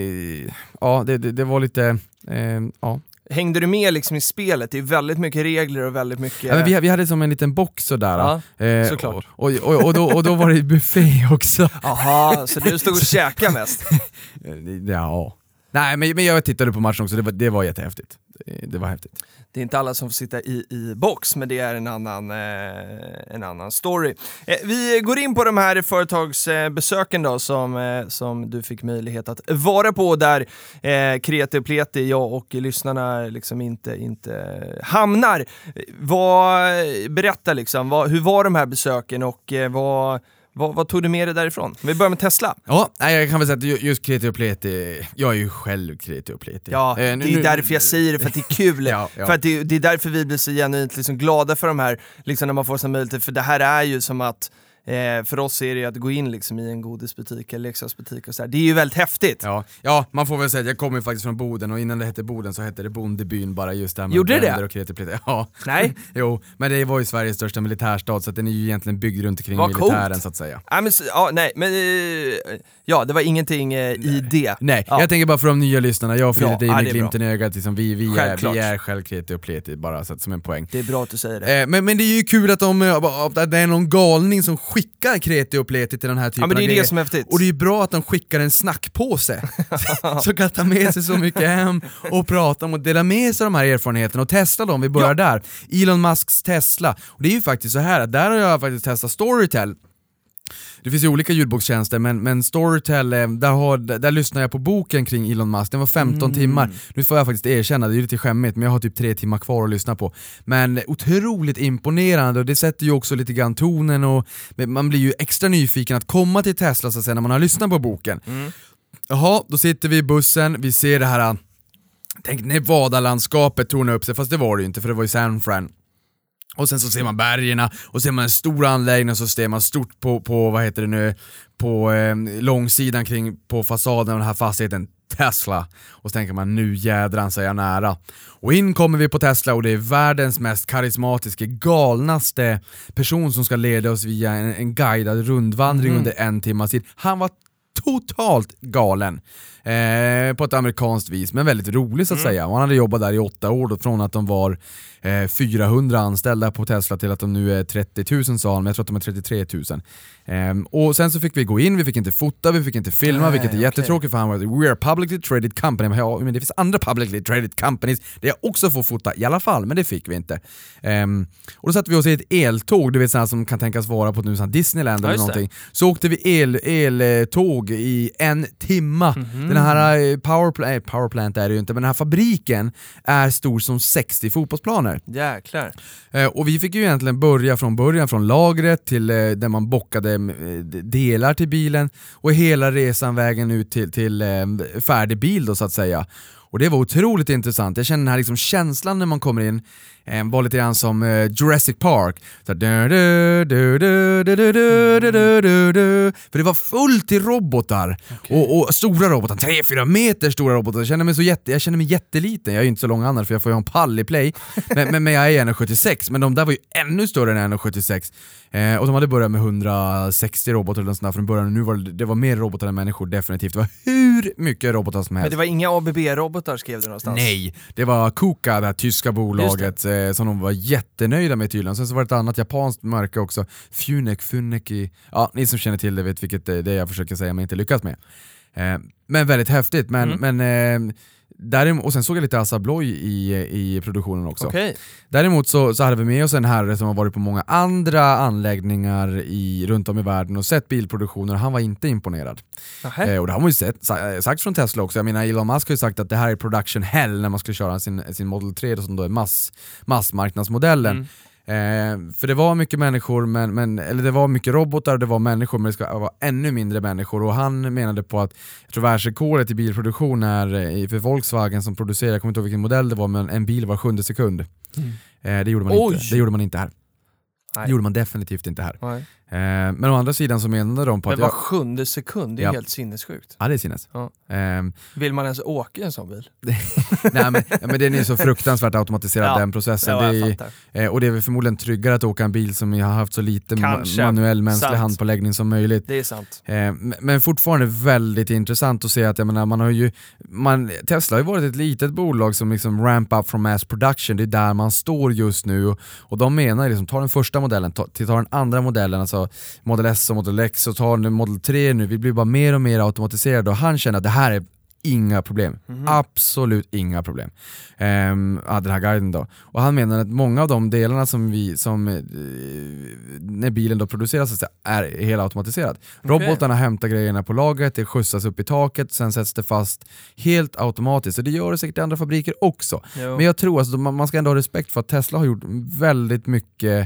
ja det, det, det var lite... Eh, ja. Hängde du med liksom i spelet? Det är väldigt mycket regler och väldigt mycket... Ja, men vi, vi hade som en liten box sådär. Ja, eh, såklart. Och, och, och, då, och då var det buffé också. Jaha, så du stod och käkade mest? Ja. Nej, men, men jag tittade på matchen också, det var, det var jättehäftigt. Det, det var häftigt. Det är inte alla som får sitta i, i box, men det är en annan, eh, en annan story. Eh, vi går in på de här företagsbesöken då, som, eh, som du fick möjlighet att vara på, där eh, Kreti och Pleti, jag och lyssnarna liksom inte, inte hamnar. Vad, berätta liksom, vad, hur var de här besöken och eh, vad... Vad, vad tog du med dig därifrån? Vi börjar med Tesla. Ja, jag kan väl säga att just Kreti och Pleti, jag är ju själv Kreti och Pleti. Ja, det är nu, därför jag säger det, för att det är kul. ja, ja. För att det, det är därför vi blir så genuint liksom glada för de här, liksom när man får sån möjlighet. För det här är ju som att, eh, för oss är det att gå in liksom i en godisbutik eller leksaksbutik och så här. Det är ju väldigt häftigt. Ja, ja, man får väl säga att jag kommer faktiskt från Boden, och innan det hette Boden så hette det Bondebyn, bara just där med Gjorde det? Och Kreti och Pleti. Ja. Nej. Jo, men det var ju Sveriges största militärstad, så att den är ju egentligen byggd runt omkring Vad militären coolt. Så att säga. Ja, men, ja, nej, men eh, ja, det var ingenting eh, i det. Nej, ja. jag tänker bara för de nya lyssnarna, jag och Filip, det är ja, med det är glimten i ögat, liksom, vi, vi, är, vi är själv Kreti och Pleti, bara så att, som en poäng. Det är bra att du säger det. Eh, men, men det är ju kul att, de, att det är någon galning som skickar Kreti och Pleti till den här typen ja, men det är av det grejer. som är häftigt. Och det är ju bra att de skickar en snackpåse som kan ta med sig så mycket hem och prata om och dela med sig av de här erfarenheterna och testa dem. Vi börjar ja. där. Elon Musks Tesla. Och det är ju faktiskt så här att där har jag faktiskt testat Storytel. Det finns ju olika ljudbokstjänster, men, men Storytel, där, har, där, där lyssnar jag på boken kring Elon Musk. Den var femton mm. timmar. Nu får jag faktiskt erkänna, det är lite skämmigt, men jag har typ tre timmar kvar att lyssna på. Men otroligt imponerande, och det sätter ju också lite grann tonen, och man blir ju extra nyfiken att komma till Tesla så att säga, när man har lyssnat på boken. Mm. Jaha, då sitter vi i bussen, vi ser det här, tänk Nevada-landskapet torna upp sig, fast det var det ju inte, för det var ju San Fran. Och sen så ser man bergerna, och ser man en stor anläggning, och så ser man stort på, på vad heter det nu, på eh, långsidan kring, på fasaden av den här fastigheten, Tesla. Och så tänker man, nu jädran så är jag nära. Och in kommer vi på Tesla, och det är världens mest karismatiska, galnaste person som ska leda oss via en, en guidad rundvandring mm. under en timmas tid. Han var totalt galen. Eh, på ett amerikanskt vis, men väldigt roligt så att mm. säga. Och han hade jobbat där i åtta år då, från att de var eh, fyrahundra anställda på Tesla till att de nu är trettio tusen, sa han, men jag tror att de är trettiotre tusen. Eh, och sen så fick vi gå in, vi fick inte fota, vi fick inte filma, Nej, vilket är okay. jättetråkigt, för han var we are publicly traded company. Ja, men det finns andra publicly traded companies där jag också får fota i alla fall, men det fick vi inte. Eh, och då satt vi oss i ett eltåg, du vet sådana som kan tänkas vara på nu sån Disneyland eller någonting. Så åkte vi el, eltåg i en timma. Mm-hmm. Den här powerplant, powerplant är det ju inte, men den här fabriken är stor som sextio fotbollsplaner. Jäklar. Eh, och vi fick ju egentligen börja från början, från lagret till eh, där man bockade eh, delar till bilen, och hela resan vägen ut till, till eh, färdig bil då, så att säga. Och det var otroligt intressant. Jag känner den här liksom känslan när man kommer in, eh, var lite grann som eh, Jurassic Park. Så, du, du, du, du, du, du, du, du, du, du. För det var fullt i robotar. Okay. Och, och stora robotar, tre fyra meter stora robotar. Jag känner mig så jätte, jag känner mig jätteliten. Jag är ju inte så lång annars, för jag får ju ha en pall i play. men, men, men jag är en komma sjuttiosex. Men de där var ju ännu större än en komma sjuttiosex. Eh, och de hade börjat med hundrasextio robotar eller sånt där från början. Nu var det, det var mer robotar än människor, definitivt. Det var hur mycket robotar som helst. Men det var inga A B B-robotar, skrev du någonstans? Nej, det var Kuka, det här tyska bolaget, eh, som de var jättenöjda med tydligen. Sen så var det ett annat japanskt märke också, Funek, Funeki. Ja, ni som känner till det vet vilket det är jag försöker säga men inte lyckas med. Eh, men väldigt häftigt, men, mm. men eh, däremot, och sen såg jag lite Assa Abloy i, i produktionen också. Okay. Däremot så, så hade vi med oss en herre som har varit på många andra anläggningar i, runt om i världen och sett bilproduktioner, och han var inte imponerad. Eh, och det har man ju sett, sagt från Tesla också. Jag menar, Elon Musk har ju sagt att det här är production hell när man skulle köra sin, sin Model tre då, som då är mass, massmarknadsmodellen. Mm. Eh, för det var mycket människor, men, men, eller det var mycket robotar och det var människor, men det ska vara ännu mindre människor. Och han menade på att, jag tror världsrekordet i bilproduktion är för Volkswagen som producerar, jag kommer inte ihåg vilken modell det var, men en bil var sjunde sekund. Mm. Eh, det, gjorde man inte, det gjorde man inte här. Nej. Det gjorde man definitivt inte här. Nej. Eh, men å andra sidan så menade de på men att... Men var jag... sjunde sekund, det är ja. helt sinnessjukt. Ja, det är sinnes. Ja. Eh, Vill man ens åka en sån bil? Nej, men, ja, men den är så fruktansvärt automatiserad, ja. Den processen. Ja, det är, eh, och det är väl förmodligen tryggare att åka en bil som har haft så lite ma- manuell mänsklig sant. handpåläggning som möjligt. Det är sant. Eh, men fortfarande väldigt intressant att se att jag menar, man har ju, man, Tesla har ju varit ett litet bolag som liksom ramp up from mass production. Det är där man står just nu. Och, och de menar liksom, ta den första modellen, ta, ta den andra modellen, alltså Model S och Model X, och ta den Model tre nu. Vi blir bara mer och mer automatiserade, och han känner att det här är inga problem. Mm. Absolut inga problem. Um, ja, den här guiden då. Och han menar att många av de delarna som vi som uh, när bilen då produceras är helt automatiserat. Okay. Robotarna hämtar grejerna på lagret, det skjutsas upp i taket, sen sätts det fast helt automatiskt. Och det gör det säkert i andra fabriker också. Jo. Men jag tror att alltså, man, man ska ändå ha respekt för att Tesla har gjort väldigt mycket.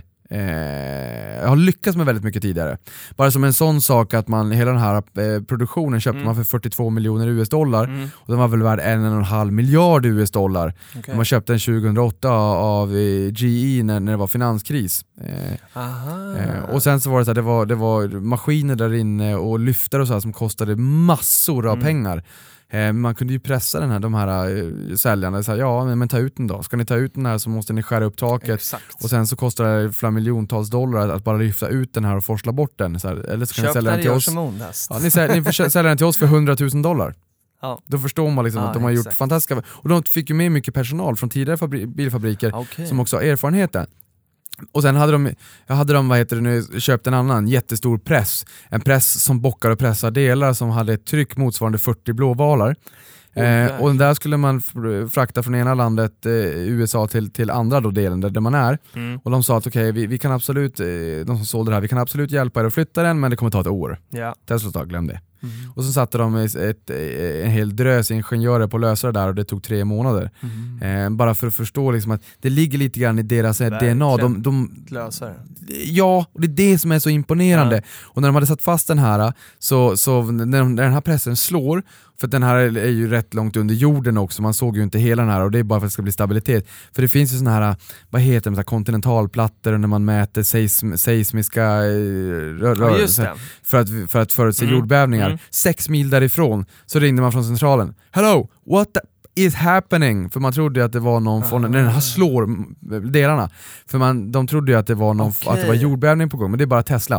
Eh, har lyckats med väldigt mycket tidigare. Bara som en sån sak att man, hela den här eh, produktionen köpte mm. man för fyrtiotvå miljoner U S dollar mm. och den var väl värd en och en halv miljard U S dollar. Okay. Man köpte den tjugohundraåtta av eh, G E när, när det var finanskris. Eh, eh, och sen så var det så här, det var, det var maskiner där inne och lyftare och så här som kostade massor av mm. pengar. Man kunde ju pressa den här, de här uh, säljarna och säga, ja men, men ta ut den då. Ska ni ta ut den här så måste ni skära upp taket. Exakt. Och sen så kostar det flera miljontals dollar att, att bara lyfta ut den här och forsla bort den. Så här, eller så kan köp ni sälja den till oss. Ja, ni, sälj, ni får sälja den till oss för hundratusen dollar. Ja. Då förstår man liksom ja, att de har exakt. gjort fantastiska... Och de fick ju med mycket personal från tidigare fabri- bilfabriker okay. som också har erfarenheten. Och sen hade de, hade de vad heter det nu, köpt en annan jättestor press. En press som bockar och pressar delar som hade ett tryck motsvarande fyrtio blåvalar. Eh, och där skulle man frakta från ena landet, eh, U S A till, till andra då delen där, där man är. Mm. Och de sa att okej, okay, vi, vi kan absolut, eh, de som sålde det här, vi kan absolut hjälpa er att flytta den, men det kommer ta ett år. Yeah. Tesla sa, glöm det. Mm. Och så satte de ett, ett, en hel drös ingenjörer på att lösa det där, och det tog tre månader. Mm. Eh, bara för att förstå liksom att det ligger lite grann i deras D N A. De, de löser. Ja, och det är det som är så imponerande. Ja. Och när de hade satt fast den här, så, så när, de, när den här pressen slår, för den här är ju rätt långt under jorden också, man såg ju inte hela den här, och det är bara för att det ska bli stabilitet. För det finns ju såna här, vad heter det, kontinentalplattor när man mäter seism, seismiska rörelser ja, för att, för att förutse mm. jordbävningar. Mm. Sex mil därifrån så ringde man från centralen. Hello, what the is happening? För man trodde ju att det var någon uh-huh. från när den här slår delarna. För man, de trodde ju att det var någon, okay. att det var jordbävning på gång, men det är bara Tesla.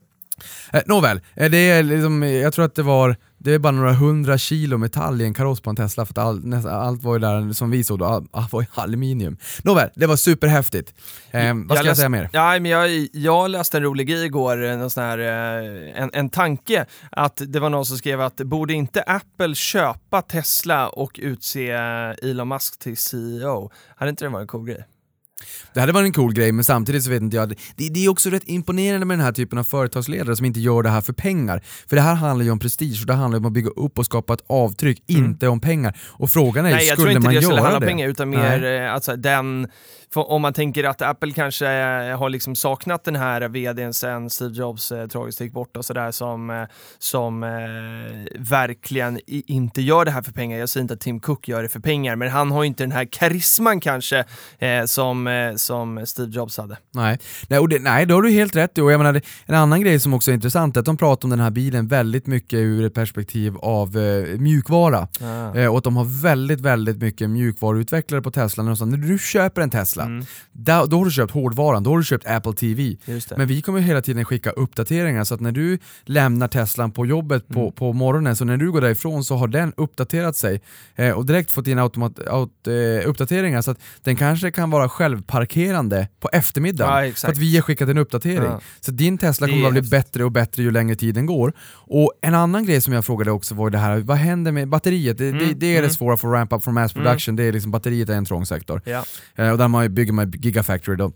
Eh, nåväl, eh, det är liksom, jag tror att det var det är bara några hundra kilo metall i en kaross på en Tesla, för att all, nästan, allt var ju där som vi såg då, all, all var ju aluminium. Nåväl, det var superhäftigt. Eh, vad ska jag, jag säga mer? Ja, men jag, jag läste en rolig grej igår, en, sån här, en, en tanke, att det var någon som skrev att borde inte Apple köpa Tesla och utse Elon Musk till C E O? Hade inte det varit en cool grej? Det hade varit en cool grej, men samtidigt så vet inte jag, det, det är också rätt imponerande med den här typen av företagsledare som inte gör det här för pengar. För det här handlar ju om prestige, och det handlar om att bygga upp och skapa ett avtryck, mm. inte om pengar. Och frågan är ju, skulle man göra det? Nej, jag tror inte det skulle handla om pengar, utan mer alltså, den... För om man tänker att Apple kanske har liksom saknat den här vdn sen Steve Jobs eh, tragiskt gick bort och sådär, som, eh, som eh, verkligen i, inte gör det här för pengar. Jag säger inte att Tim Cook gör det för pengar, men han har ju inte den här karisman kanske eh, som, eh, som Steve Jobs hade. Nej, nej, och det, nej, då har du helt rätt. Och jag menar, en annan grej som också är intressant är att de pratar om den här bilen väldigt mycket ur ett perspektiv av eh, mjukvara. Ah. Eh, och att de har väldigt, väldigt mycket mjukvaruutvecklare på Tesla. När, när du köper en Tesla, Mm. Då, då har du köpt hårdvaran, då har du köpt Apple T V. Men vi kommer hela tiden skicka uppdateringar, så att när du lämnar Teslan på jobbet på, mm. på morgonen, så när du går därifrån så har den uppdaterat sig eh, och direkt fått in automat, aut, eh, uppdateringar, så att den kanske kan vara själv, självparkerande på eftermiddagen. Ja, för att vi har skickat en uppdatering. Ja. Så din Tesla kommer att bli bättre och bättre ju längre tiden går. Och en annan grej som jag frågade också var det här, vad händer med batteriet? Det, mm. det, det är mm. det svåra för ramp up for mass production. Mm. Det är liksom, batteriet är en trång sektor. Ja. Eh, och där man bygger man Gigafactory då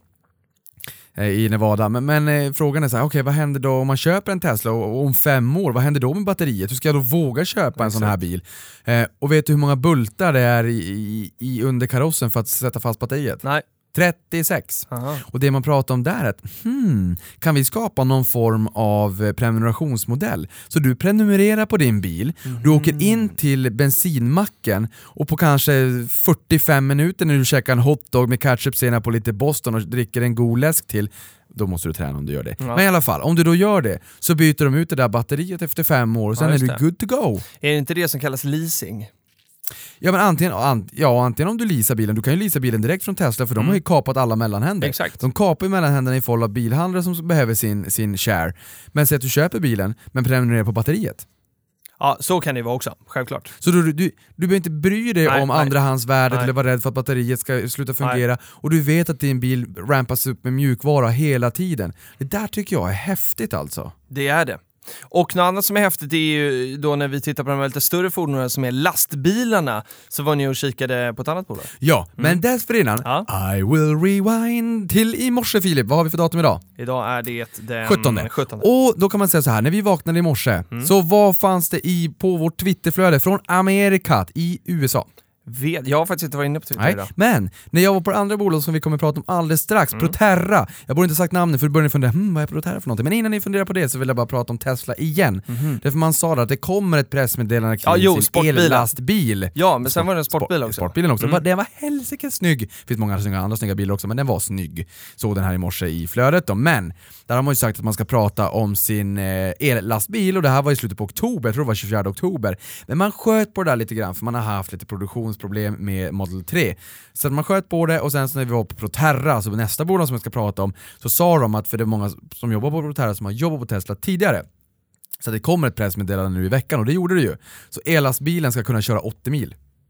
i Nevada. Men, men eh, frågan är så här, okej, okay, vad händer då om man köper en Tesla och, och om fem år, vad händer då med batteriet? Hur ska jag då våga köpa Exakt. en sån här bil? Eh, och vet du hur många bultar det är i, i, i under karossen för att sätta fast batteriet? Nej. trettiosex. Aha. Och det man pratar om där är att hmm, kan vi skapa någon form av prenumerationsmodell? Så du prenumererar på din bil, mm. du åker in till bensinmacken och på kanske fyrtiofem minuter när du käkar en hotdog med ketchup på lite Boston och dricker en god läsk till, då måste du träna om du gör det. Ja. Men i alla fall, om du då gör det så byter de ut det där batteriet efter fem år och sen ja, är du det. good to go. Är det inte det som kallas leasing? Ja, men antingen, an, ja, antingen om du leasar bilen, du kan ju leasa bilen direkt från Tesla för mm. de har ju kapat alla mellanhänder. Exakt. De kapar ju mellanhänderna i form av bilhandlare som behöver sin, sin share. Men säg att du köper bilen men prenumererar på batteriet. Ja, så kan det vara också, självklart. Så du, du, du behöver inte bry dig nej, om nej. andrahandsvärdet nej. eller vara rädd för att batteriet ska sluta fungera. Nej. Och du vet att din bil rampas upp med mjukvara hela tiden. Det där tycker jag är häftigt alltså. Det är det. Och något annat som är häftigt är ju då när vi tittar på de lite större fordonen som är lastbilarna, så var ni och kikade på ett annat bolag. Ja, mm. men dessförinnan ja. I will rewind till i morse, Filip. Vad har vi för datum idag? Idag är det den sjuttonde. sjuttonde. Och då kan man säga så här, när vi vaknade i morse mm. så vad fanns det i på vårt Twitterflöde från Amerika i U S A? Vet. Jag har faktiskt inte varit inne på Twitter Nej, idag. Men när jag var på det andra bolag som vi kommer att prata om alldeles strax, mm. Proterra. Jag borde inte sagt namnet för du började fundera, hm, vad är Proterra för någonting? Men innan ni funderar på det så vill jag bara prata om Tesla igen. Mm-hmm. Därför man sa att det kommer ett pressmeddelande kring ja, sin ellastbil. Ja, men sen Sport, var det en sportbil också. Sportbilen också. Mm. Den var helsike snygg. Det finns många snygga, andra snygga bilar också, men den var snygg. Såg den här i morse i flödet då. Men där har man ju sagt att man ska prata om sin eh, ellastbil och det här var i slutet på oktober, jag tror det var tjugofjärde oktober. Men man sköt på det där lite grann för man har haft lite produktionsproblem med Model tre. Så att man sköt på det och sen så när vi var på Proterra, så nästa bolag som jag ska prata om, så sa de att för det är många som jobbar på Proterra som har jobbat på Tesla tidigare. Så det kommer ett pressmeddelande nu i veckan och det gjorde det ju. Så ellastbilen ska kunna köra åttio mil.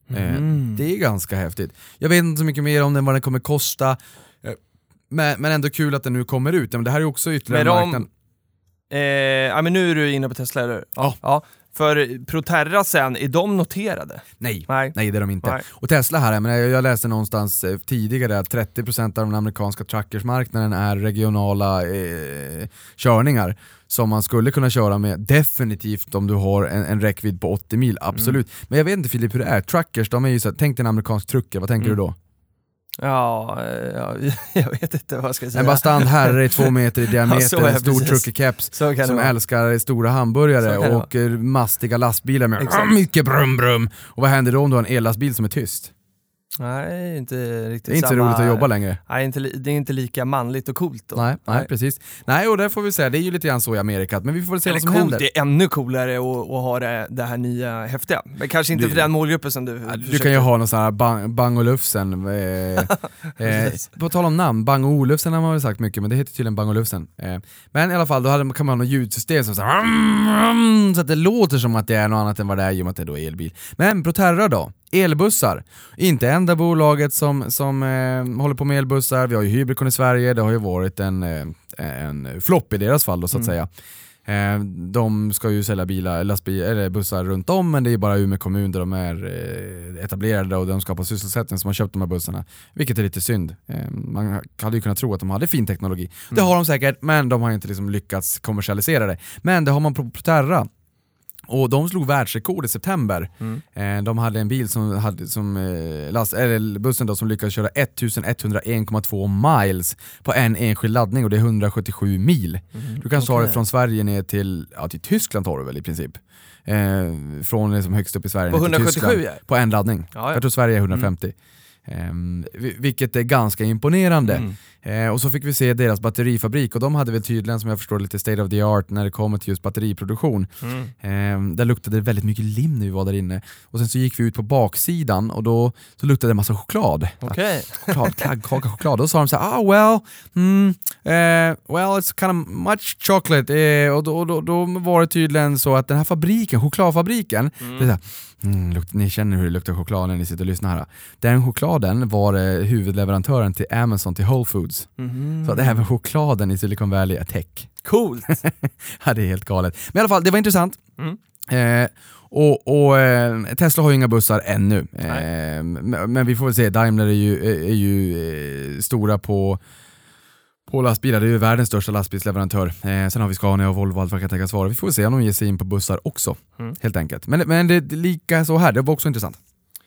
Mm. Eh, det är ganska häftigt. Jag vet inte så mycket mer om den, vad den kommer kosta. Eh, men, men ändå kul att den nu kommer ut. Men det här är också ytterligare en marknad. Eh, ja, men nu är du inne på Tesla, eller? Ja. ja. För Proterra sen, är de noterade? Nej, nej, nej det är de inte. Nej. Och Tesla här, men jag läste någonstans tidigare att trettio procent av den amerikanska truckersmarknaden är regionala eh, körningar som man skulle kunna köra med definitivt om du har en, en räckvidd på åttio mil, absolut. Mm. Men jag vet inte, Filip, hur det är. Truckers, de är ju så här, tänk dig en amerikansk trucker, vad tänker mm. du då? Ja, ja, jag vet inte vad jag ska säga. En bastant herre är två meter i diameter, ja, en stor truckerkeps som älskar stora hamburgare och mastiga lastbilar med exakt. mycket brum brum. Och vad händer då om du har en ellastbil som är tyst? Nej, inte riktigt. Det är inte samma, så roligt att jobba längre. Nej, inte, det är inte lika manligt och coolt då. Nej, nej, nej, precis. Nej, och där får vi säga, det är ju lite grann så i Amerika, men vi får väl se vad som coolt, händer. Det är ännu coolare att, att ha det, det här nya häftiga. Men kanske inte du, för den målgruppen som du Du, du kan ju ha någon sån här bang, bang och Lufsen. Eh, eh, på tal om namn, Bang och Olufsen har man väl sagt mycket, men det heter tydligen Bang och Lufsen. Eh, men i alla fall, då hade, kan man ha något ljudsystem som så, här, så att det låter som att det är något annat än vad det är, i och med att det är då elbil. Men Proterra då? Elbussar. Inte enda bolaget som, som eh, håller på med elbussar. Vi har ju Hybrikon i Sverige. Det har ju varit en, eh, en flopp i deras fall då, så att mm. säga. Eh, de ska ju sälja bilar, lastbil, eller bussar runt om, men det är bara Umeå kommun där de är eh, etablerade och de skapar sysselsättning som har köpt de här bussarna. Vilket är lite synd. Eh, man hade ju kunnat tro att de hade fin teknologi. Mm. Det har de säkert, men de har inte liksom lyckats kommersialisera det. Men det har man på Proterra. Och de slog världsrekord i september. Mm. Eh, de hade en bil som hade som eh, last, eller bussen då, som lyckades köra elva komma två miles på en enskild laddning, och det är hundrasjuttiosju mil. Mm. Du kan ta okay. det från Sverige ner till ja, till Tyskland tar du väl i princip. Eh, från liksom högst upp i Sverige på ner till hundrasjuttiosju Tyskland, på en laddning. Ja, ja. Jag tror Sverige är hundrafemtio. Mm. Um, vilket är ganska imponerande. Mm. Uh, och så fick vi se deras batterifabrik, och de hade väl tydligen, som jag förstår, lite state of the art när det kommer till just batteriproduktion. Mm. Um, där luktade det väldigt mycket lim när vi var där inne. Och sen så gick vi ut på baksidan, och då så luktade det en massa choklad. Okay. Choklad, kaka, choklad. Då sa de så här, ah well, mm, uh, well it's kind of much chocolate. Uh, och då, då, då var det tydligen så att den här fabriken, chokladfabriken, mm. det är så här, Mm, lukt, ni känner hur det luktar choklad när ni sitter och lyssnar här. Den chokladen var eh, huvudleverantören till Amazon, till Whole Foods. Mm. Så det här med chokladen i Silicon Valley är tech. Coolt! Ja, det är helt galet. Men i alla fall, det var intressant. Mm. Eh, och, och eh, Tesla har ju inga bussar ännu. Eh, men, men vi får väl se, Daimler är ju, är, är ju eh, stora på På lastbilar, det är ju världens största lastbilsleverantör. Eh, sen har vi Scania och Volvo, allt vad kan tänkas vara. Vi får se om de ger sig in på bussar också, mm. helt enkelt. Men, men det är lika så här, det var också intressant.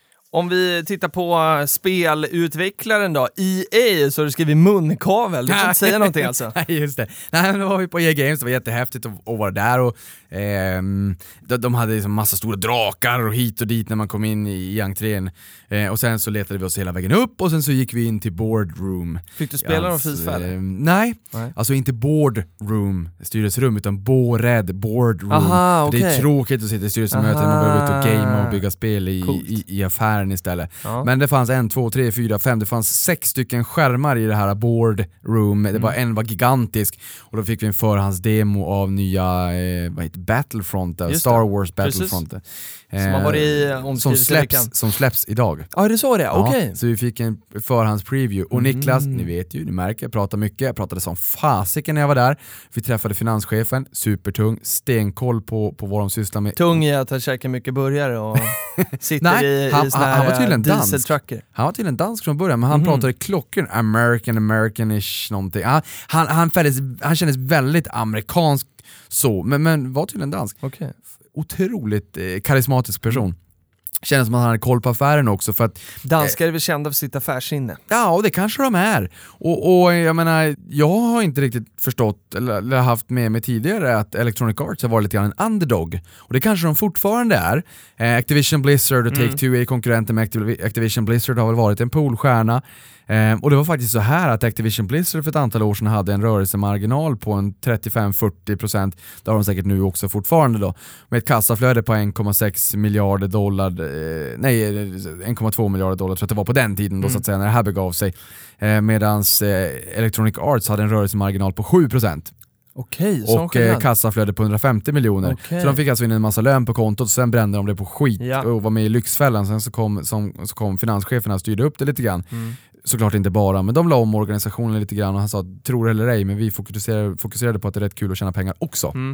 Om vi tittar på spelutvecklaren då, E A, så har du skrivit munkavel. Du får inte säga någonting alltså. Nej, just det. Nej, men då var vi på E A Games, det var jättehäftigt att, att vara där. Och, eh, de, de hade liksom massa stora drakar och hit och dit när man kom in i, i entrén. Eh, och sen så letade vi oss hela vägen upp och sen så gick vi in till boardroom. Fick du spela alltså, någon FIFA? Eh, nej. nej, alltså inte boardroom, styrelserum, utan bored, boardroom. Aha, okay. Det är tråkigt att sitta i styrelsemöten och behöva ut och gamea och bygga spel i, i, i affären istället. Ja. Men det fanns en, två, tre, fyra, fem, det fanns sex stycken skärmar i det här boardroom. Det var, mm. en var gigantisk och då fick vi en förhandsdemo av nya eh, vad heter, Battlefront, Star Wars Battlefront. Eh, som har varit i som släpps, som släpps idag. Ja, det så det? Ja, okej. Okay. Så vi fick en förhandspreview. Och Niklas, mm. ni vet ju, ni märker, jag pratar mycket. Jag pratade som fasiken när jag var där. Vi träffade finanschefen, supertung, stenkoll på, på vad de sysslar med. Tung i att han käkar mycket burgare och sitter Nej, i, han, i såna han, han var tydligen dansk. dieseltrucker. Han var tydligen dansk från början, men han mm. pratade klockor American, Americanish någonting. Han, han, han, fälldes, han kändes väldigt amerikansk så, men, men var tydligen dansk. Okay. Otroligt eh, karismatisk person. Mm. Känns som att han hade koll på affären också för att danskar är väl kända för sitt affärsinne. Ja, och det kanske de är. Och, och jag menar, jag har inte riktigt förstått eller, eller haft med mig tidigare att Electronic Arts har varit lite grann en underdog. Och det kanske de fortfarande är. Eh, Activision Blizzard och Take-Two mm. är konkurrenter med Activ- Activision Blizzard har väl varit en poolstjärna. Eh, och det var faktiskt så här att Activision Blizzard för ett antal år sedan hade en rörelsemarginal på en trettiofem till fyrtio procent. Det har de säkert nu också fortfarande då. Med ett kassaflöde på en komma sex miljarder dollar. Eh, nej, en komma två miljarder dollar tror jag att det var på den tiden då, mm. så att säga, när det här begav sig. Eh, medans eh, Electronic Arts hade en rörelsemarginal på sju procent. Okej, och eh, kassaflöde på hundrafemtio miljoner. Okay. Så de fick alltså in en massa lön på kontot och sen brände de det på skit ja. och var med i Lyxfällan. Sen så kom, som, så kom finanscheferna och styrde upp det lite grann. Mm. Såklart inte bara, men de la om organisationen lite grann och han sa, tror eller ej, men vi fokuserade, fokuserade på att det är rätt kul att tjäna pengar också. Mm.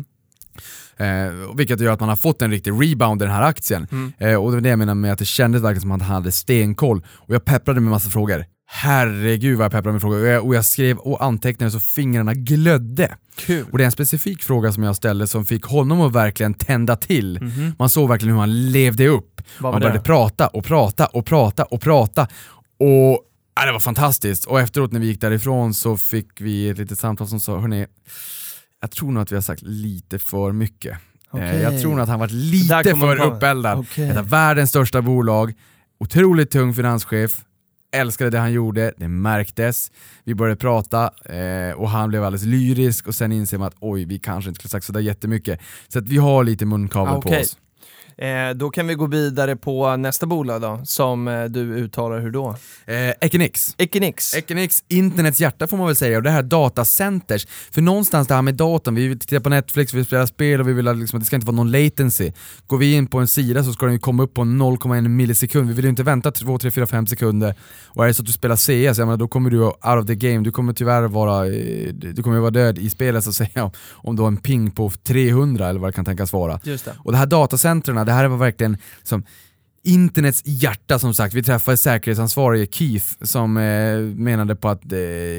Eh, vilket gör att man har fått en riktig rebound i den här aktien. Mm. Eh, och det är det jag menar med att det kändes verkligen som att han hade stenkoll. Och jag pepprade med massa frågor. Herregud vad jag pepprade med frågor. Och jag, och jag skrev och antecknade så fingrarna glödde. Kul. Och det är en specifik fråga som jag ställde som fick honom att verkligen tända till. Mm-hmm. Man såg verkligen hur han levde upp. Man började prata och prata och prata och prata. Och ja, det var fantastiskt. Och efteråt när vi gick därifrån så fick vi ett litet samtal som sa, hörni, jag tror nog att vi har sagt lite för mycket. Okay. Jag tror nog att han var lite för uppeldad. Okay. Det är världens största bolag, otroligt tung finanschef, älskade det han gjorde, det märktes. Vi började prata eh, och han blev alldeles lyrisk och sen inser man att oj, vi kanske inte skulle sagt sådär jättemycket. Så att vi har lite munkavel okay. på oss. Eh, då kan vi gå vidare på nästa bolag då, som eh, du uttalar hur då? Eh, Equinix. Equinix. Equinix, internets hjärta får man väl säga, och det här datacenters. För någonstans det här med datorn, vi vill titta på Netflix, vi vill spela spel och vi vill liksom, att det ska inte vara någon latency. Går vi in på en sida så ska den ju komma upp på noll komma en millisekund. Vi vill ju inte vänta två, tre, fyra, fem sekunder. Och är det så att du spelar C S, jag menar, då kommer du out of the game. Du kommer tyvärr vara, du kommer vara död i spelet så att säga, om du har en ping på trehundra eller vad det kan tänkas vara. Just det. Och det här datacentrarna, det här var verkligen som internets hjärta, som sagt. Vi träffade säkerhetsansvarige Keith som eh, menade på att eh,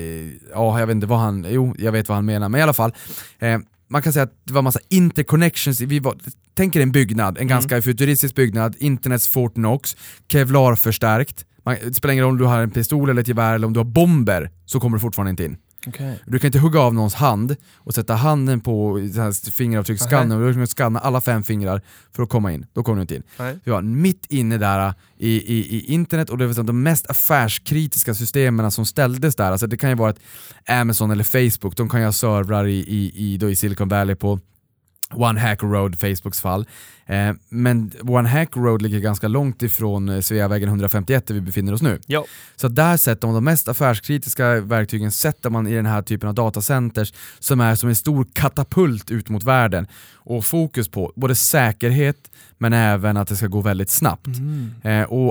ja, jag vet inte vad han, jo, jag vet vad han menar, men i alla fall eh, man kan säga att det var massa interconnections. Vi var, tänker en byggnad, en mm. ganska futuristisk byggnad, internets Fort Knox, Kevlar förstärkt. Man, det spelar ingen roll om du har en pistol eller ett gevär eller om du har bomber, så kommer du fortfarande inte in. Okay. Du kan inte hugga av någons hand och sätta handen på fingeravtrycksskanner och du kan skanna alla fem fingrar för att komma in. Då kommer du inte in. Nej. Vi var mitt inne där i, i, i internet, och det var de mest affärskritiska systemen som ställdes där. Alltså det kan ju vara ett Amazon eller Facebook, de kan ju ha servrar i, i, i, då i Silicon Valley på One Hack Road, Facebooks fall. Eh, men One Hack Road ligger ganska långt ifrån eh, Sveavägen hundrafemtioett där vi befinner oss nu. Jo. Så där sätter man de mest affärskritiska verktygen sätter man i den här typen av datacenters som är som en stor katapult ut mot världen. Och fokus på både säkerhet men även att det ska gå väldigt snabbt. Mm. Eh, och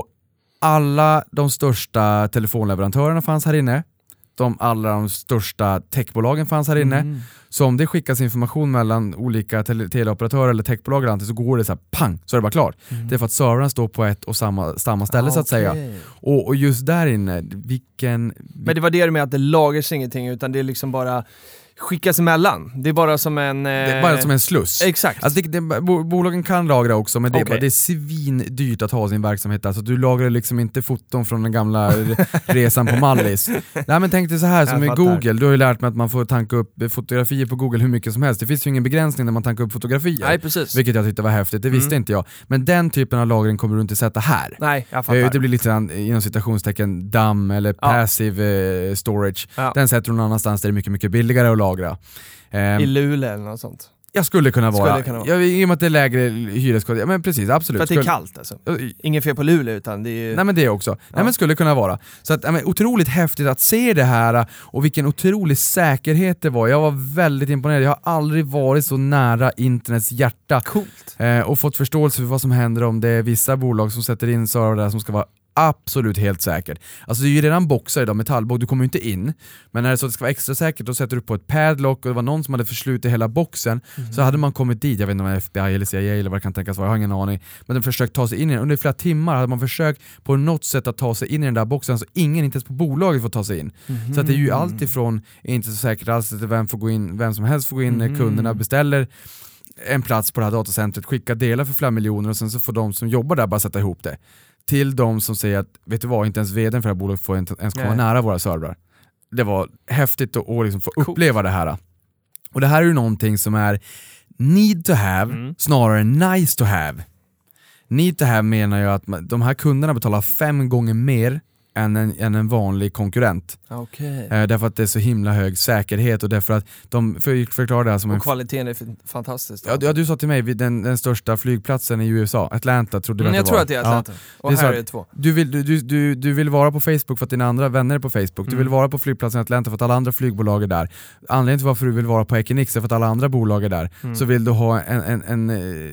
alla de största telefonleverantörerna fanns här inne. De alla de största techbolagen fanns här inne. Mm. Så om det skickas information mellan olika tele- teleoperatörer eller techbolag eller annat, så går det så här pang, så är det bara klart. Mm. Det är för att servrarna står på ett och samma, samma ställe ah, så att okay. säga. Och, och just där inne, vilken... Men det var det med att det lagras ingenting utan det är liksom bara skickas emellan. Det är bara som en... Eh... Det är bara som en sluss. Exakt. Alltså det, det, bo, bolagen kan lagra också, men det, okay. är, det är svindyrt att ha sin verksamhet. Alltså du lagrar liksom inte foton från den gamla resan på Mallis. Nej, men tänk dig så här som i Google. Du har ju lärt mig att man får tanka upp fotografier på Google hur mycket som helst. Det finns ju ingen begränsning när man tankar upp fotografier. Nej, precis. Vilket jag tyckte var häftigt. Det visste mm. inte jag. Men den typen av lagring kommer du inte sätta här. Nej, jag fattar. Det blir lite inom citationstecken damm eller ja. passive eh, storage. Ja. Den sätter du någon annanstans där det är mycket, mycket billigare att lagra. I Luleå eller något sånt. Jag skulle kunna vara. Skulle kunna vara. Jag, I och med att det är lägre hyreskostnader. Ja, men precis, absolut. För att det är kallt alltså. Ingen fel på Luleå utan det är ju... Nej men det också. Ja. Nej men skulle kunna vara. Så att, ja, men, otroligt häftigt att se det här och vilken otrolig säkerhet det var. Jag var väldigt imponerad. Jag har aldrig varit så nära internets hjärta. Coolt. Eh, och fått förståelse för vad som händer om det är vissa bolag som sätter in server där som ska vara absolut helt säkert. Alltså det är ju redan boxar idag, metallbox, du kommer ju inte in. Men när det är så att det ska vara extra säkert, då sätter du på ett padlock och det var någon som hade förslutit hela boxen. Mm. Så hade man kommit dit, jag vet inte om det var F B I eller C I A eller vad det kan tänkas vara, jag har ingen aning. Men de försökt ta sig in i den. Under flera timmar hade man försökt på något sätt att ta sig in i den där boxen så ingen, inte ens på bolaget, får ta sig in. Mm. Så att det är ju allt ifrån inte så säkert alls att vem får gå in, vem som helst får gå in när mm. kunderna beställer en plats på det här datacentret, skicka delar för flera miljoner och sen så får de som jobbar där bara sätta ihop det. Till de som säger att, vet du vad, inte ens vdn för det här bolaget får inte ens komma Nej. nära våra servrar. Det var häftigt att, att liksom få Coolt. uppleva det här. Och det här är ju någonting som är need to have mm. snarare än nice to have. Need to have menar jag att de här kunderna betalar fem gånger mer än en, än en vanlig konkurrent. Okay. Eh, därför att det är så himla hög säkerhet och därför att de för, förklarar det här som och en... kvaliteten är f- fantastisk. Ja, ja, du sa till mig den, den största flygplatsen i U S A, Atlanta, trodde du mm, att det jag var? Jag tror att det är Atlanta. Ja. Och det här är är det två. Du vill, du, du, du vill vara på Facebook för att dina andra vänner är på Facebook. Mm. Du vill vara på flygplatsen i Atlanta för att alla andra flygbolag är där. Anledningen till varför du vill vara på Equinix är för att alla andra bolag är där. Mm. Så vill du ha en, en, en,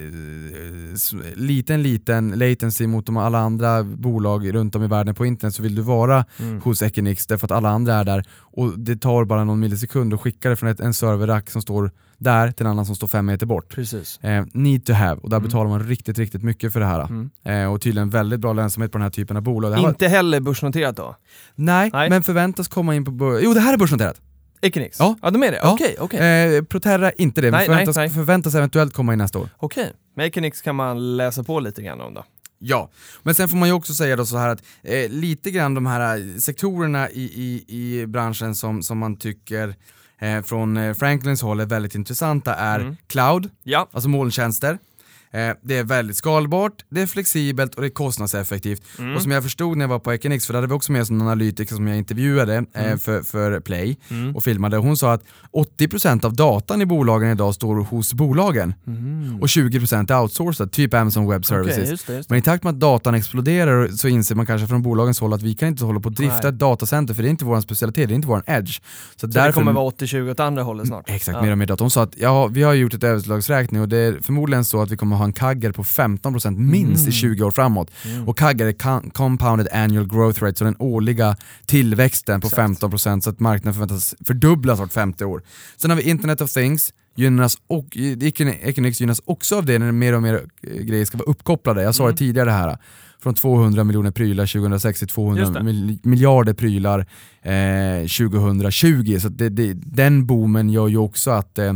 en liten, liten latency mot de alla andra bolag runt om i världen på internet, så vill du vara mm. hos Equinix därför att alla andra är där. Och det tar bara någon millisekund och skickar det från ett, en serverrack som står där till en annan som står fem meter bort. Precis. Eh, need to have. Och där mm. betalar man riktigt, riktigt mycket för det här. Mm. Eh, och tydligen väldigt bra lönsamhet på den här typen av bolag. Inte var... heller börsnoterat då? Nej, Nej, men förväntas komma in på bör... Jo, det här är börsnoterat. Equinix? Ja. Ja, de är det? Ja. Okej, okej. Eh, Proterra inte det, men nej, förväntas, nej, nej. förväntas eventuellt komma in nästa år. Okej, men Equinix kan man läsa på lite grann om då. Ja, men sen får man ju också säga då så här att eh, lite grann de här sektorerna i, i, i branschen som, som man tycker eh, från eh, Franklins håll är väldigt intressanta är mm. cloud, ja. alltså molntjänster. Eh, det är väldigt skalbart, det är flexibelt och det är kostnadseffektivt. Mm. Och som jag förstod när jag var på Equinix, för där hade vi också med som en analytiker som jag intervjuade mm. eh, för, för Play mm. och filmade. Hon sa att åttio procent av datan i bolagen idag står hos bolagen mm. och tjugo procent är outsourcad, typ Amazon Web Services. Okay, just det, just det. Men i takt med att datan exploderar så inser man kanske från bolagens håll att vi kan inte hålla på att drifta Nej. ett datacenter, för det är inte vår specialitet, det är inte vår edge. Så, så därför... det kommer vara åttio tjugo åt andra hållet snart? Exakt, ja. mer och mer data. Hon sa att ja, vi har gjort ett överslagsräkning och det är förmodligen så att vi kommer ha en kagger på femton procent minst mm. i tjugo år framåt. Mm. Och kagger är com- compounded annual growth rate, så den årliga tillväxten på Exakt. femton procent, så att marknaden förväntas fördubblas vart femtio år. Sen har vi Internet of Things, gynnas och Equinix gynnas också av det när mer och mer grejer ska vara uppkopplade. Jag sa mm. det tidigare det här. Från tvåhundra miljoner prylar tjugohundrasex till tvåhundra mil- miljarder prylar eh, tjugohundratjugo. Så det, det, den boomen gör ju också att eh,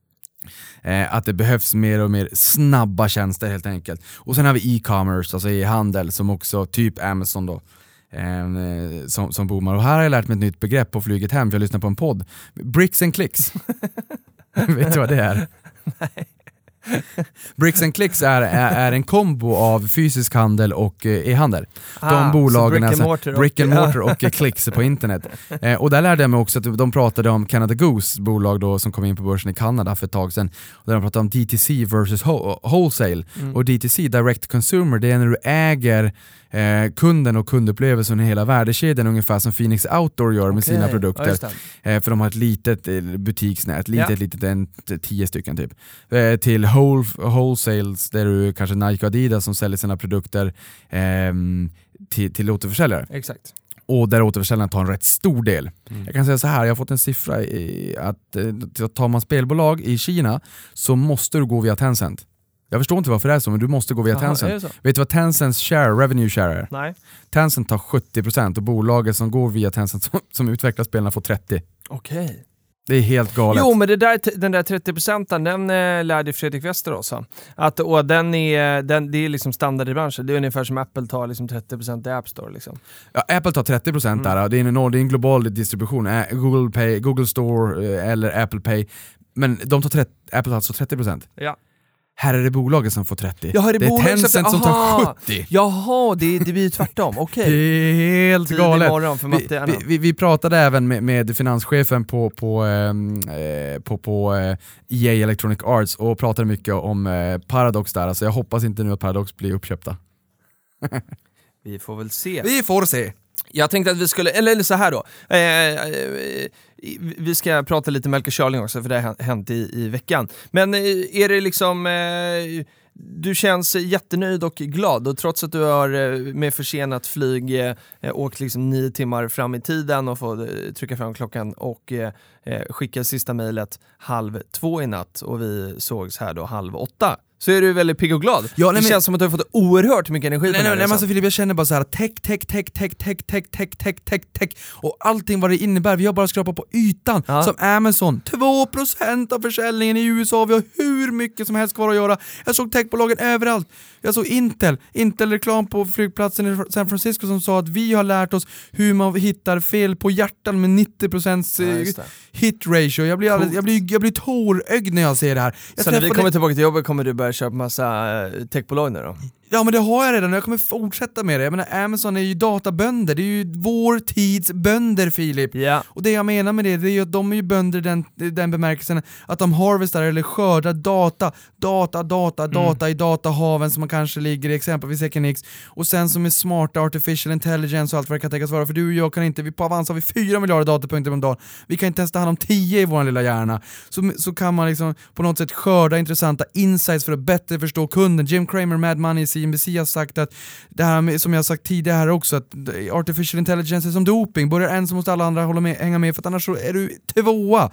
Eh, att det behövs mer och mer snabba tjänster helt enkelt. Och sen har vi e-commerce, alltså e-handel, som också typ Amazon då eh, som, som boomar. Och här har jag lärt mig ett nytt begrepp på flyget hem, för jag lyssnar på en podd. Bricks and clicks. Vet du vad det är? Nej. Bricks and Clicks är, är, är en kombo av fysisk handel och eh, e-handel. Ah, de bolagen, brick and alltså, mortar, brick and och, mortar och Clicks på internet. Eh, och där lärde jag mig också att de pratade om Canada Goose, bolag då som kom in på börsen i Kanada för ett tag sedan. Och där de pratade om D T C versus ho- wholesale. Mm. Och D T C, direct consumer, det är när du äger Eh, kunden och kundupplevelsen i hela värdekedjan, ungefär som Phoenix Outdoor gör med okay. sina produkter. Ja, eh, för de har ett litet eh, butiksnät, litet, ja. litet, en, tio stycken typ. Eh, till whole, wholesales, där du kanske Nike och Adidas som säljer sina produkter eh, till, till återförsäljare. Exakt. Och där återförsäljarna tar en rätt stor del. Mm. Jag kan säga så här, jag har fått en siffra i att eh, tar man spelbolag i Kina så måste du gå via Tencent. Jag förstår inte varför det är så, men du måste gå via Aha, Tencent. Vet du vad Tencents share, revenue share är? Nej. Tencent tar sjuttio procent och bolaget som går via Tencent som, som utvecklar spelarna får trettio. Okej. Okay. Det är helt galet. Jo, men det där, den där trettio procenten, den äh, lärde Fredrik Wester också. Att, och den är, den, det är liksom standard i branschen. Det är ungefär som Apple tar liksom trettio procent i App Store. Liksom. Ja, Apple tar trettio procent mm. där. Det är, en, det är en global distribution. Google Pay, Google Store eller Apple Pay. Men de tar trettio, Apple tar alltså trettio procent. Ja. Här är det bolaget som får trettio. Jaha, det, det är Tencent som tar sjuttio. Jaha, det, det blir tvärtom. Okej. Okay. Det är helt galet. För vi, vi, vi, vi pratade även med, med finanschefen på, på, eh, på, på eh, E A Electronic Arts och pratade mycket om eh, Paradox där. Alltså jag hoppas inte nu att Paradox blir uppköpta. Vi får väl se. Vi får se. Jag tänkte att vi skulle, eller, eller så här då. Eh, eh, vi ska prata lite Melker Schörling också, för det har hänt i, i veckan. Men eh, är det liksom... Eh, du känns jättenöjd och glad, och trots att du har med försenat flyg eh, åkt liksom nio timmar fram i tiden och får eh, trycka fram klockan och eh, skicka sista mejlet halv två i natt, och vi sågs här då halv åtta. Så är du väldigt pigg och glad. Ja, nej, det men... känns som att du har fått oerhört mycket energi. Nej, nej, nej, alltså, Filip, jag känner bara så här tech, tech, tech, tech, tech, tech, tech, tech, tech, tech och allting vad det innebär. Vi har bara skrapat på ytan. Ja. Som Amazon, två procent av försäljningen i U S A. Vi har hur mycket som helst kvar att göra. Jag såg techbolagen överallt. Jag såg Intel, Intel-reklam på flygplatsen i San Francisco som sa att vi har lärt oss hur man hittar fel på hjärtan med nittio procent ja, hit ratio. Jag blir, alldeles, jag blir, jag blir tårögd när jag ser det här. Jag så när vi kommer det... tillbaka till jobbet kommer du börja köpa massa techbolag nu då? Ja, men det har jag redan och jag kommer fortsätta med det. Jag menar, Amazon är ju databönder. Det är ju vår tids bönder, Filip. Yeah. Och det jag menar med det, det är ju att de är ju bönder i den, den bemärkelsen att de harvestar eller skördar data, data, data, mm. data i datahaven som man kanske ligger i exempelvis Equinix. Och sen som är smarta artificial intelligence och allt vad det kan tänkas vara. För du och jag kan inte, vi på Avanza har vi fyra miljarder datapunkter om dagen. Vi kan inte testa hand om tio i vår lilla hjärna. Så, så kan man liksom på något sätt skörda intressanta insights för att bättre förstå kunden. Jim Cramer, Mad Money, C N B C har sagt att det här med, som jag har sagt tidigare här också, att artificial intelligence är som doping. Börjar en så måste alla andra hålla med, hänga med, för att annars så är du tvåa.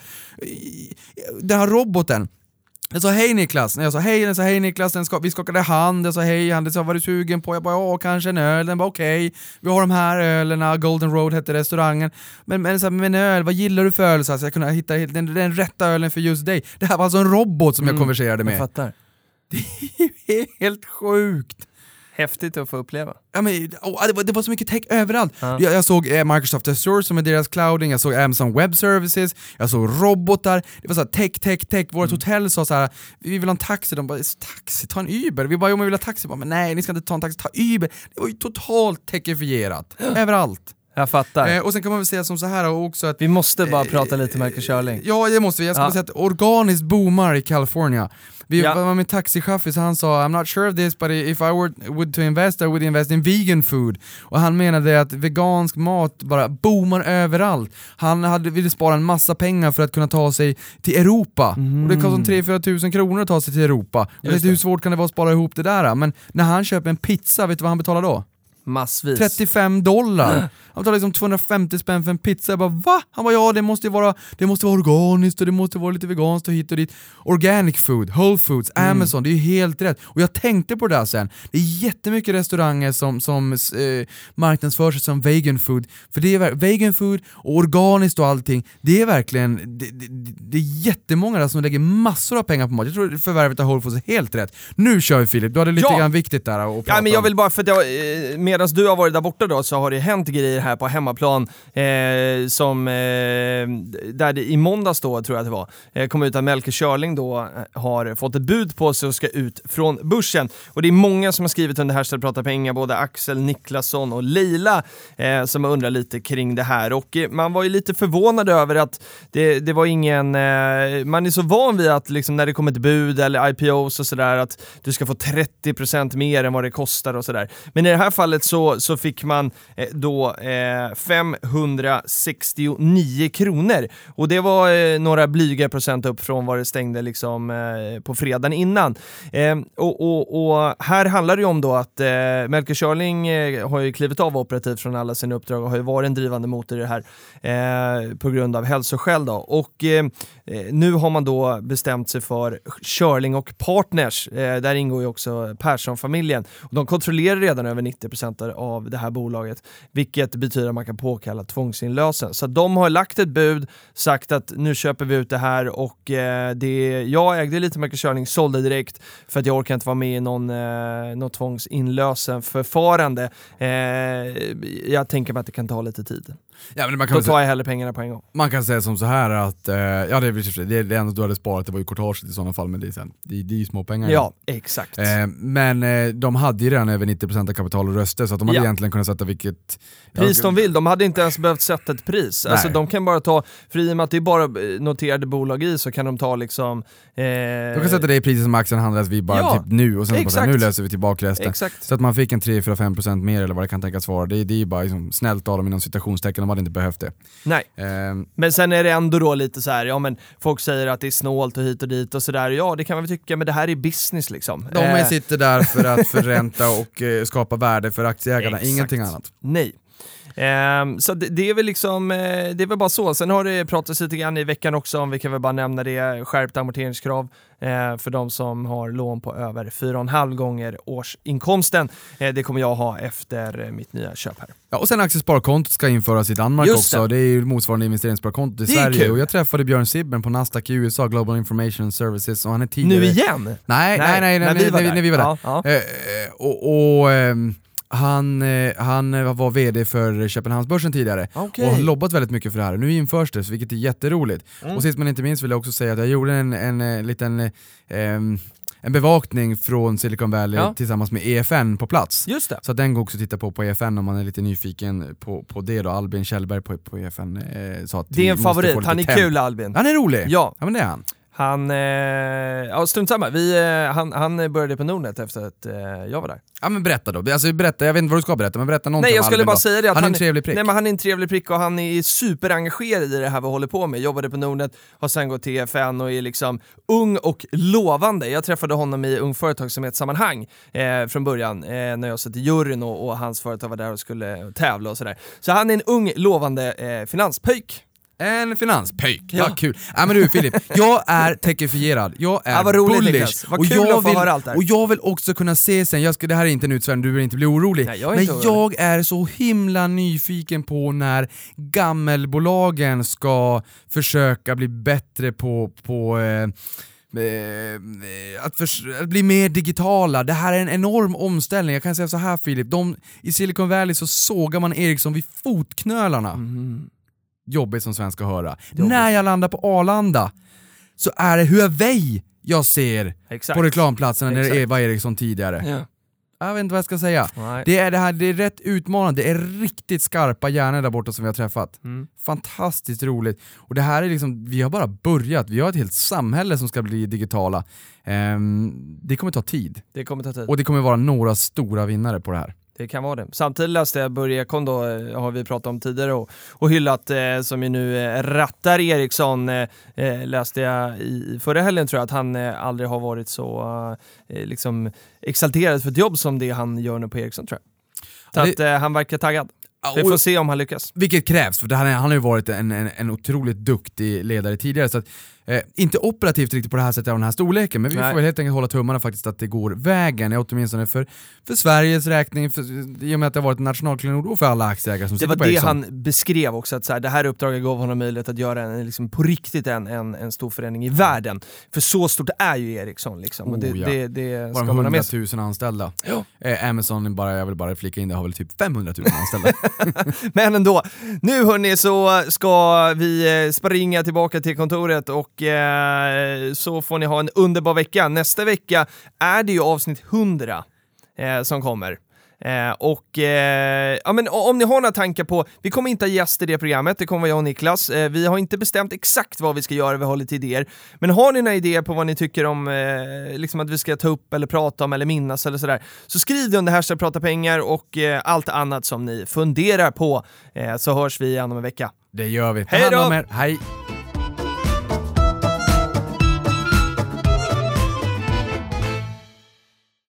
Den här roboten, jag sa hej Niklas, när jag sa hej, jag sa hej Niklas, den ska, vi skakade hand, jag sa hej, han sa var du sugen på, jag bara ja, kanske en öl, den bara okej, okay. Vi har de här ölerna, Golden Road hette restaurangen, men, men, så här, men öl, vad gillar du för öl? Så jag kunde hitta den, den rätta ölen för just dig. Det här var alltså en robot som mm, jag konverserade med. Jag fattar. Det är helt sjukt. Häftigt att få uppleva. Ja, men, oh, det, var, det var så mycket tech överallt. Ja. Jag, jag såg eh, Microsoft Azure som är deras clouding, jag såg Amazon Web Services, jag såg robotar, det var så här, tech, tech, tech. Vårt mm. hotell sa så här: vi vill ha en taxi. De bara, taxi, ta en Uber. Vi bara, jo men vi vill ha taxi. Bara, men nej, ni ska inte ta en taxi, ta Uber. Det var ju totalt techifierat. Överallt. Jag fattar. Eh, och sen kan man väl säga som så här också att... Vi måste bara eh, prata lite med Melker Schörling. Ja, det måste vi. Jag ska ja. säga att organiskt boomar i California. Vi ja. var med taxichaufför så han sa I'm not sure of this, but if I were would to invest I would invest in vegan food. Och han menade att vegansk mat bara boomar överallt. Han hade, ville spara en massa pengar för att kunna ta sig till Europa. Mm. Och det kostar tre till fyra tusen kronor att ta sig till Europa. Och vet, hur svårt kan det vara att spara ihop det där? Men när han köper en pizza, vet du vad han betalar då? Massvis. trettiofem dollar. Mm. Han betalar liksom tvåhundrafemtio spänn för en pizza. Jag bara, va? Han bara, ja det måste ju vara, det måste vara organiskt och det måste vara lite veganskt och hit och dit. Organic food, Whole Foods, mm. Amazon, det är ju helt rätt. Och jag tänkte på det där sen. Det är jättemycket restauranger som, som eh, marknadsför sig som vegan food. För det är vegan food och organiskt och allting. Det är verkligen, det, det, det är jättemånga där som lägger massor av pengar på mat. Jag tror förvärvet av Whole Foods är helt rätt. Nu kör vi Filip, du hade lite ja. grann viktigt där att prata ja, men jag vill bara, för att jag, med medan du har varit där borta då så har det hänt grejer här på hemmaplan eh, som eh, där det i måndags då tror jag att det var eh, kom ut att Melker Schörling då har fått ett bud på sig och ska ut från börsen. Och det är många som har skrivit under Hashtag Prata Pengar, både Axel, Niklasson och Leila eh, som undrar lite kring det här. Och eh, man var ju lite förvånad över att det, det var ingen eh, man är så van vid att liksom, när det kommer ett bud eller I P Os och sådär att du ska få trettio procent mer än vad det kostar och sådär. Men i det här fallet så, så fick man eh, då eh, femhundrasextionio kronor. Och det var eh, några blyga procent upp från vad det stängde liksom, eh, på fredagen innan. Eh, och, och, och här handlar det ju om då att eh, Melker Schörling eh, har ju klivit av operativt från alla sina uppdrag och har ju varit en drivande motor i det här eh, på grund av hälsoskäl då. Och eh, nu har man då bestämt sig för Schörling och Partners. Eh, där ingår ju också Persson-familjen. Och de kontrollerar redan över nittio procent av det här bolaget, vilket betyder att man kan påkalla tvångsinlösen. Så de har lagt ett bud, sagt att nu köper vi ut det här och eh, det, jag ägde lite Melker Schörling, sålde direkt för att jag orkar inte vara med i någon, eh, någon tvångsinlösen förfarande. Eh, jag tänker mig att det kan ta lite tid. Ja, men man kan Då tar jag hellre pengarna på en gång. Man kan säga som så här att, eh, ja det är det, det enda du hade sparat, det var ju kortaget i sådana fall, men det är, sen, det, det är ju små pengar. Ja, exakt. Eh, men eh, de hade ju redan över nittio procent av kapital och röster, så att de hade ja. egentligen kunnat sätta vilket pris de vill. De hade inte ens behövt sätta ett pris. Nej. Alltså de kan bara ta, för i och med att det är bara noterade bolag i, så kan de ta liksom... Eh... De kan sätta det i priset som aktien handlas vid bara ja. typ nu, och sen bara, nu löser vi tillbaka resten. Exakt. Så att man fick en tre fyra fem procent mer eller vad det kan tänkas vara. Det, det är ju bara liksom snällt av dem inom citationstecken, de hade inte behövt det. Nej, um, men sen är det ändå då lite så här, ja men folk säger att det är snålt och hit och dit och sådär, ja det kan man väl tycka, men det här är business liksom. De eh. sitter där för att förränta och eh, skapa värde för aktieägarna, Exakt. Ingenting annat. Nej. Um, så det, det är väl liksom uh, det är väl bara så. Sen har det pratats lite grann i veckan också om, vi kan väl bara nämna det, skärpt amorteringskrav uh, för de som har lån på över fyra och en halv gånger årsinkomsten. Uh, det kommer jag ha efter uh, mitt nya köp här. Ja, och sen aktiesparkontot ska införas i Danmark Just också. Det. det är ju motsvarande investeringssparkontot i det Sverige. Och jag träffade Björn Sibben på Nasdaq i U S A, Global Information Services, och han är tidigare... Nu igen? Nej, nej, nej, nej när, när, vi var när, när vi var där. Ja, ja. Uh, och... och um, Han, han var vd för Köpenhamnsbörsen tidigare okay. och har lobbat väldigt mycket för det här. Nu införs det, vilket är jätteroligt. Mm. Och sist men inte minst vill jag också säga att jag gjorde en, en, en liten eh, en bevakning från Silicon Valley ja. tillsammans med E F N på plats. Just det. Så den går också att titta på på E F N om man är lite nyfiken på, på det då. Albin Kjellberg på, på E F N eh, sa att det är en favorit, han är temp. kul Albin. Han är rolig. Ja, ja men det är han. Han, eh, ja strunt samma, vi, eh, han, han började på Nordnet efter att eh, jag var där. Ja men berätta då, alltså, berätta, jag vet inte vad du ska berätta, men berätta någonting. Nej jag skulle bara då. säga det att han, han är en trevlig prick. Nej men han är en trevlig prick och han är superengagerad i det här vi håller på med. Jobbade på Nordnet, har sen gått till E F N och är liksom ung och lovande. Jag träffade honom i Ung Företagsamhetssammanhang eh, från början eh, när jag satt i juryn och, och hans företag var där och skulle tävla och sådär. Så han är en ung lovande eh, finanspöjk. En finanspöjk, ja. Vad kul. Ja men du Filip, jag är techifierad, jag är ja, roligt, bullish. Vad och kul jag att få vill, höra allt där. Och jag vill också kunna se sen, jag ska, det här är inte en utsvärd, du vill inte bli orolig. Nej, jag är men inte jag orolig. är så himla nyfiken på när gammelbolagen ska försöka bli bättre på, på eh, Att, för, att bli mer digitala. Det här är en enorm omställning. Jag kan säga så här Filip, de, i Silicon Valley så sågar man Ericsson vid fotknölarna. Mm. Jobbigt som svenska höra. Jobbigt. När jag landar på Arlanda så är det Huawei jag ser Exakt. på reklamplatsen när det var Ericsson tidigare. Ja. Jag vet inte vad jag ska säga. Det är, det, här, det är rätt utmanande. Det är riktigt skarpa hjärnor där borta som vi har träffat. Mm. Fantastiskt roligt. Och det här är liksom, vi har bara börjat. Vi har ett helt samhälle som ska bli digitala. Um, det kommer ta tid. Det kommer ta tid. Och det kommer vara några stora vinnare på det här. Det kan vara det. Samtidigt läste jag Börje Ekholm då, har vi pratat om tidigare och, och hyllat eh, som ju nu eh, rattar Ericsson eh, läste jag i förra helgen tror jag att han eh, aldrig har varit så eh, liksom exalterad för ett jobb som det han gör nu på Ericsson tror jag. Så det... att eh, han verkar taggad. Vi får se om han lyckas. Vilket krävs, för det här, han har ju varit en, en, en otroligt duktig ledare tidigare så att Eh, inte operativt riktigt på det här sättet av den här storleken, men vi Nej. får väl helt enkelt hålla tummarna faktiskt att det går vägen, åtminstone för, för Sveriges räkning, för, i och med att det har varit en nationalklenod och för alla aktieägare som Det sitter var på det Ericsson. han beskrev också, att så här, det här uppdraget gav honom möjlighet att göra en, liksom, på riktigt en, en, en stor förändring i världen. För så stort är ju Ericsson liksom. Och det, Oh, ja. det, det ska Bara man ha med sig. hundratusen anställda. Ja. Eh, Amazon, bara, jag vill bara flika in det, har väl typ femhundratusen anställda. Men ändå, nu hörni så ska vi eh, springa tillbaka till kontoret och eh, så får ni ha en underbar vecka. Nästa vecka är det ju avsnitt hundra eh, som kommer. Eh, och eh, ja, men om ni har några tankar på, vi kommer inte ha gäster i det programmet, det kommer vara jag och Niklas. Eh, vi har inte bestämt exakt vad vi ska göra, vi har lite idéer. Men har ni några idéer på vad ni tycker om eh, liksom att vi ska ta upp eller prata om eller minnas eller sådär, så skriv det under hashtag prata pengar och eh, allt annat som ni funderar på, eh, så hörs vi igen om en vecka. Det gör vi. Hej då! Hej!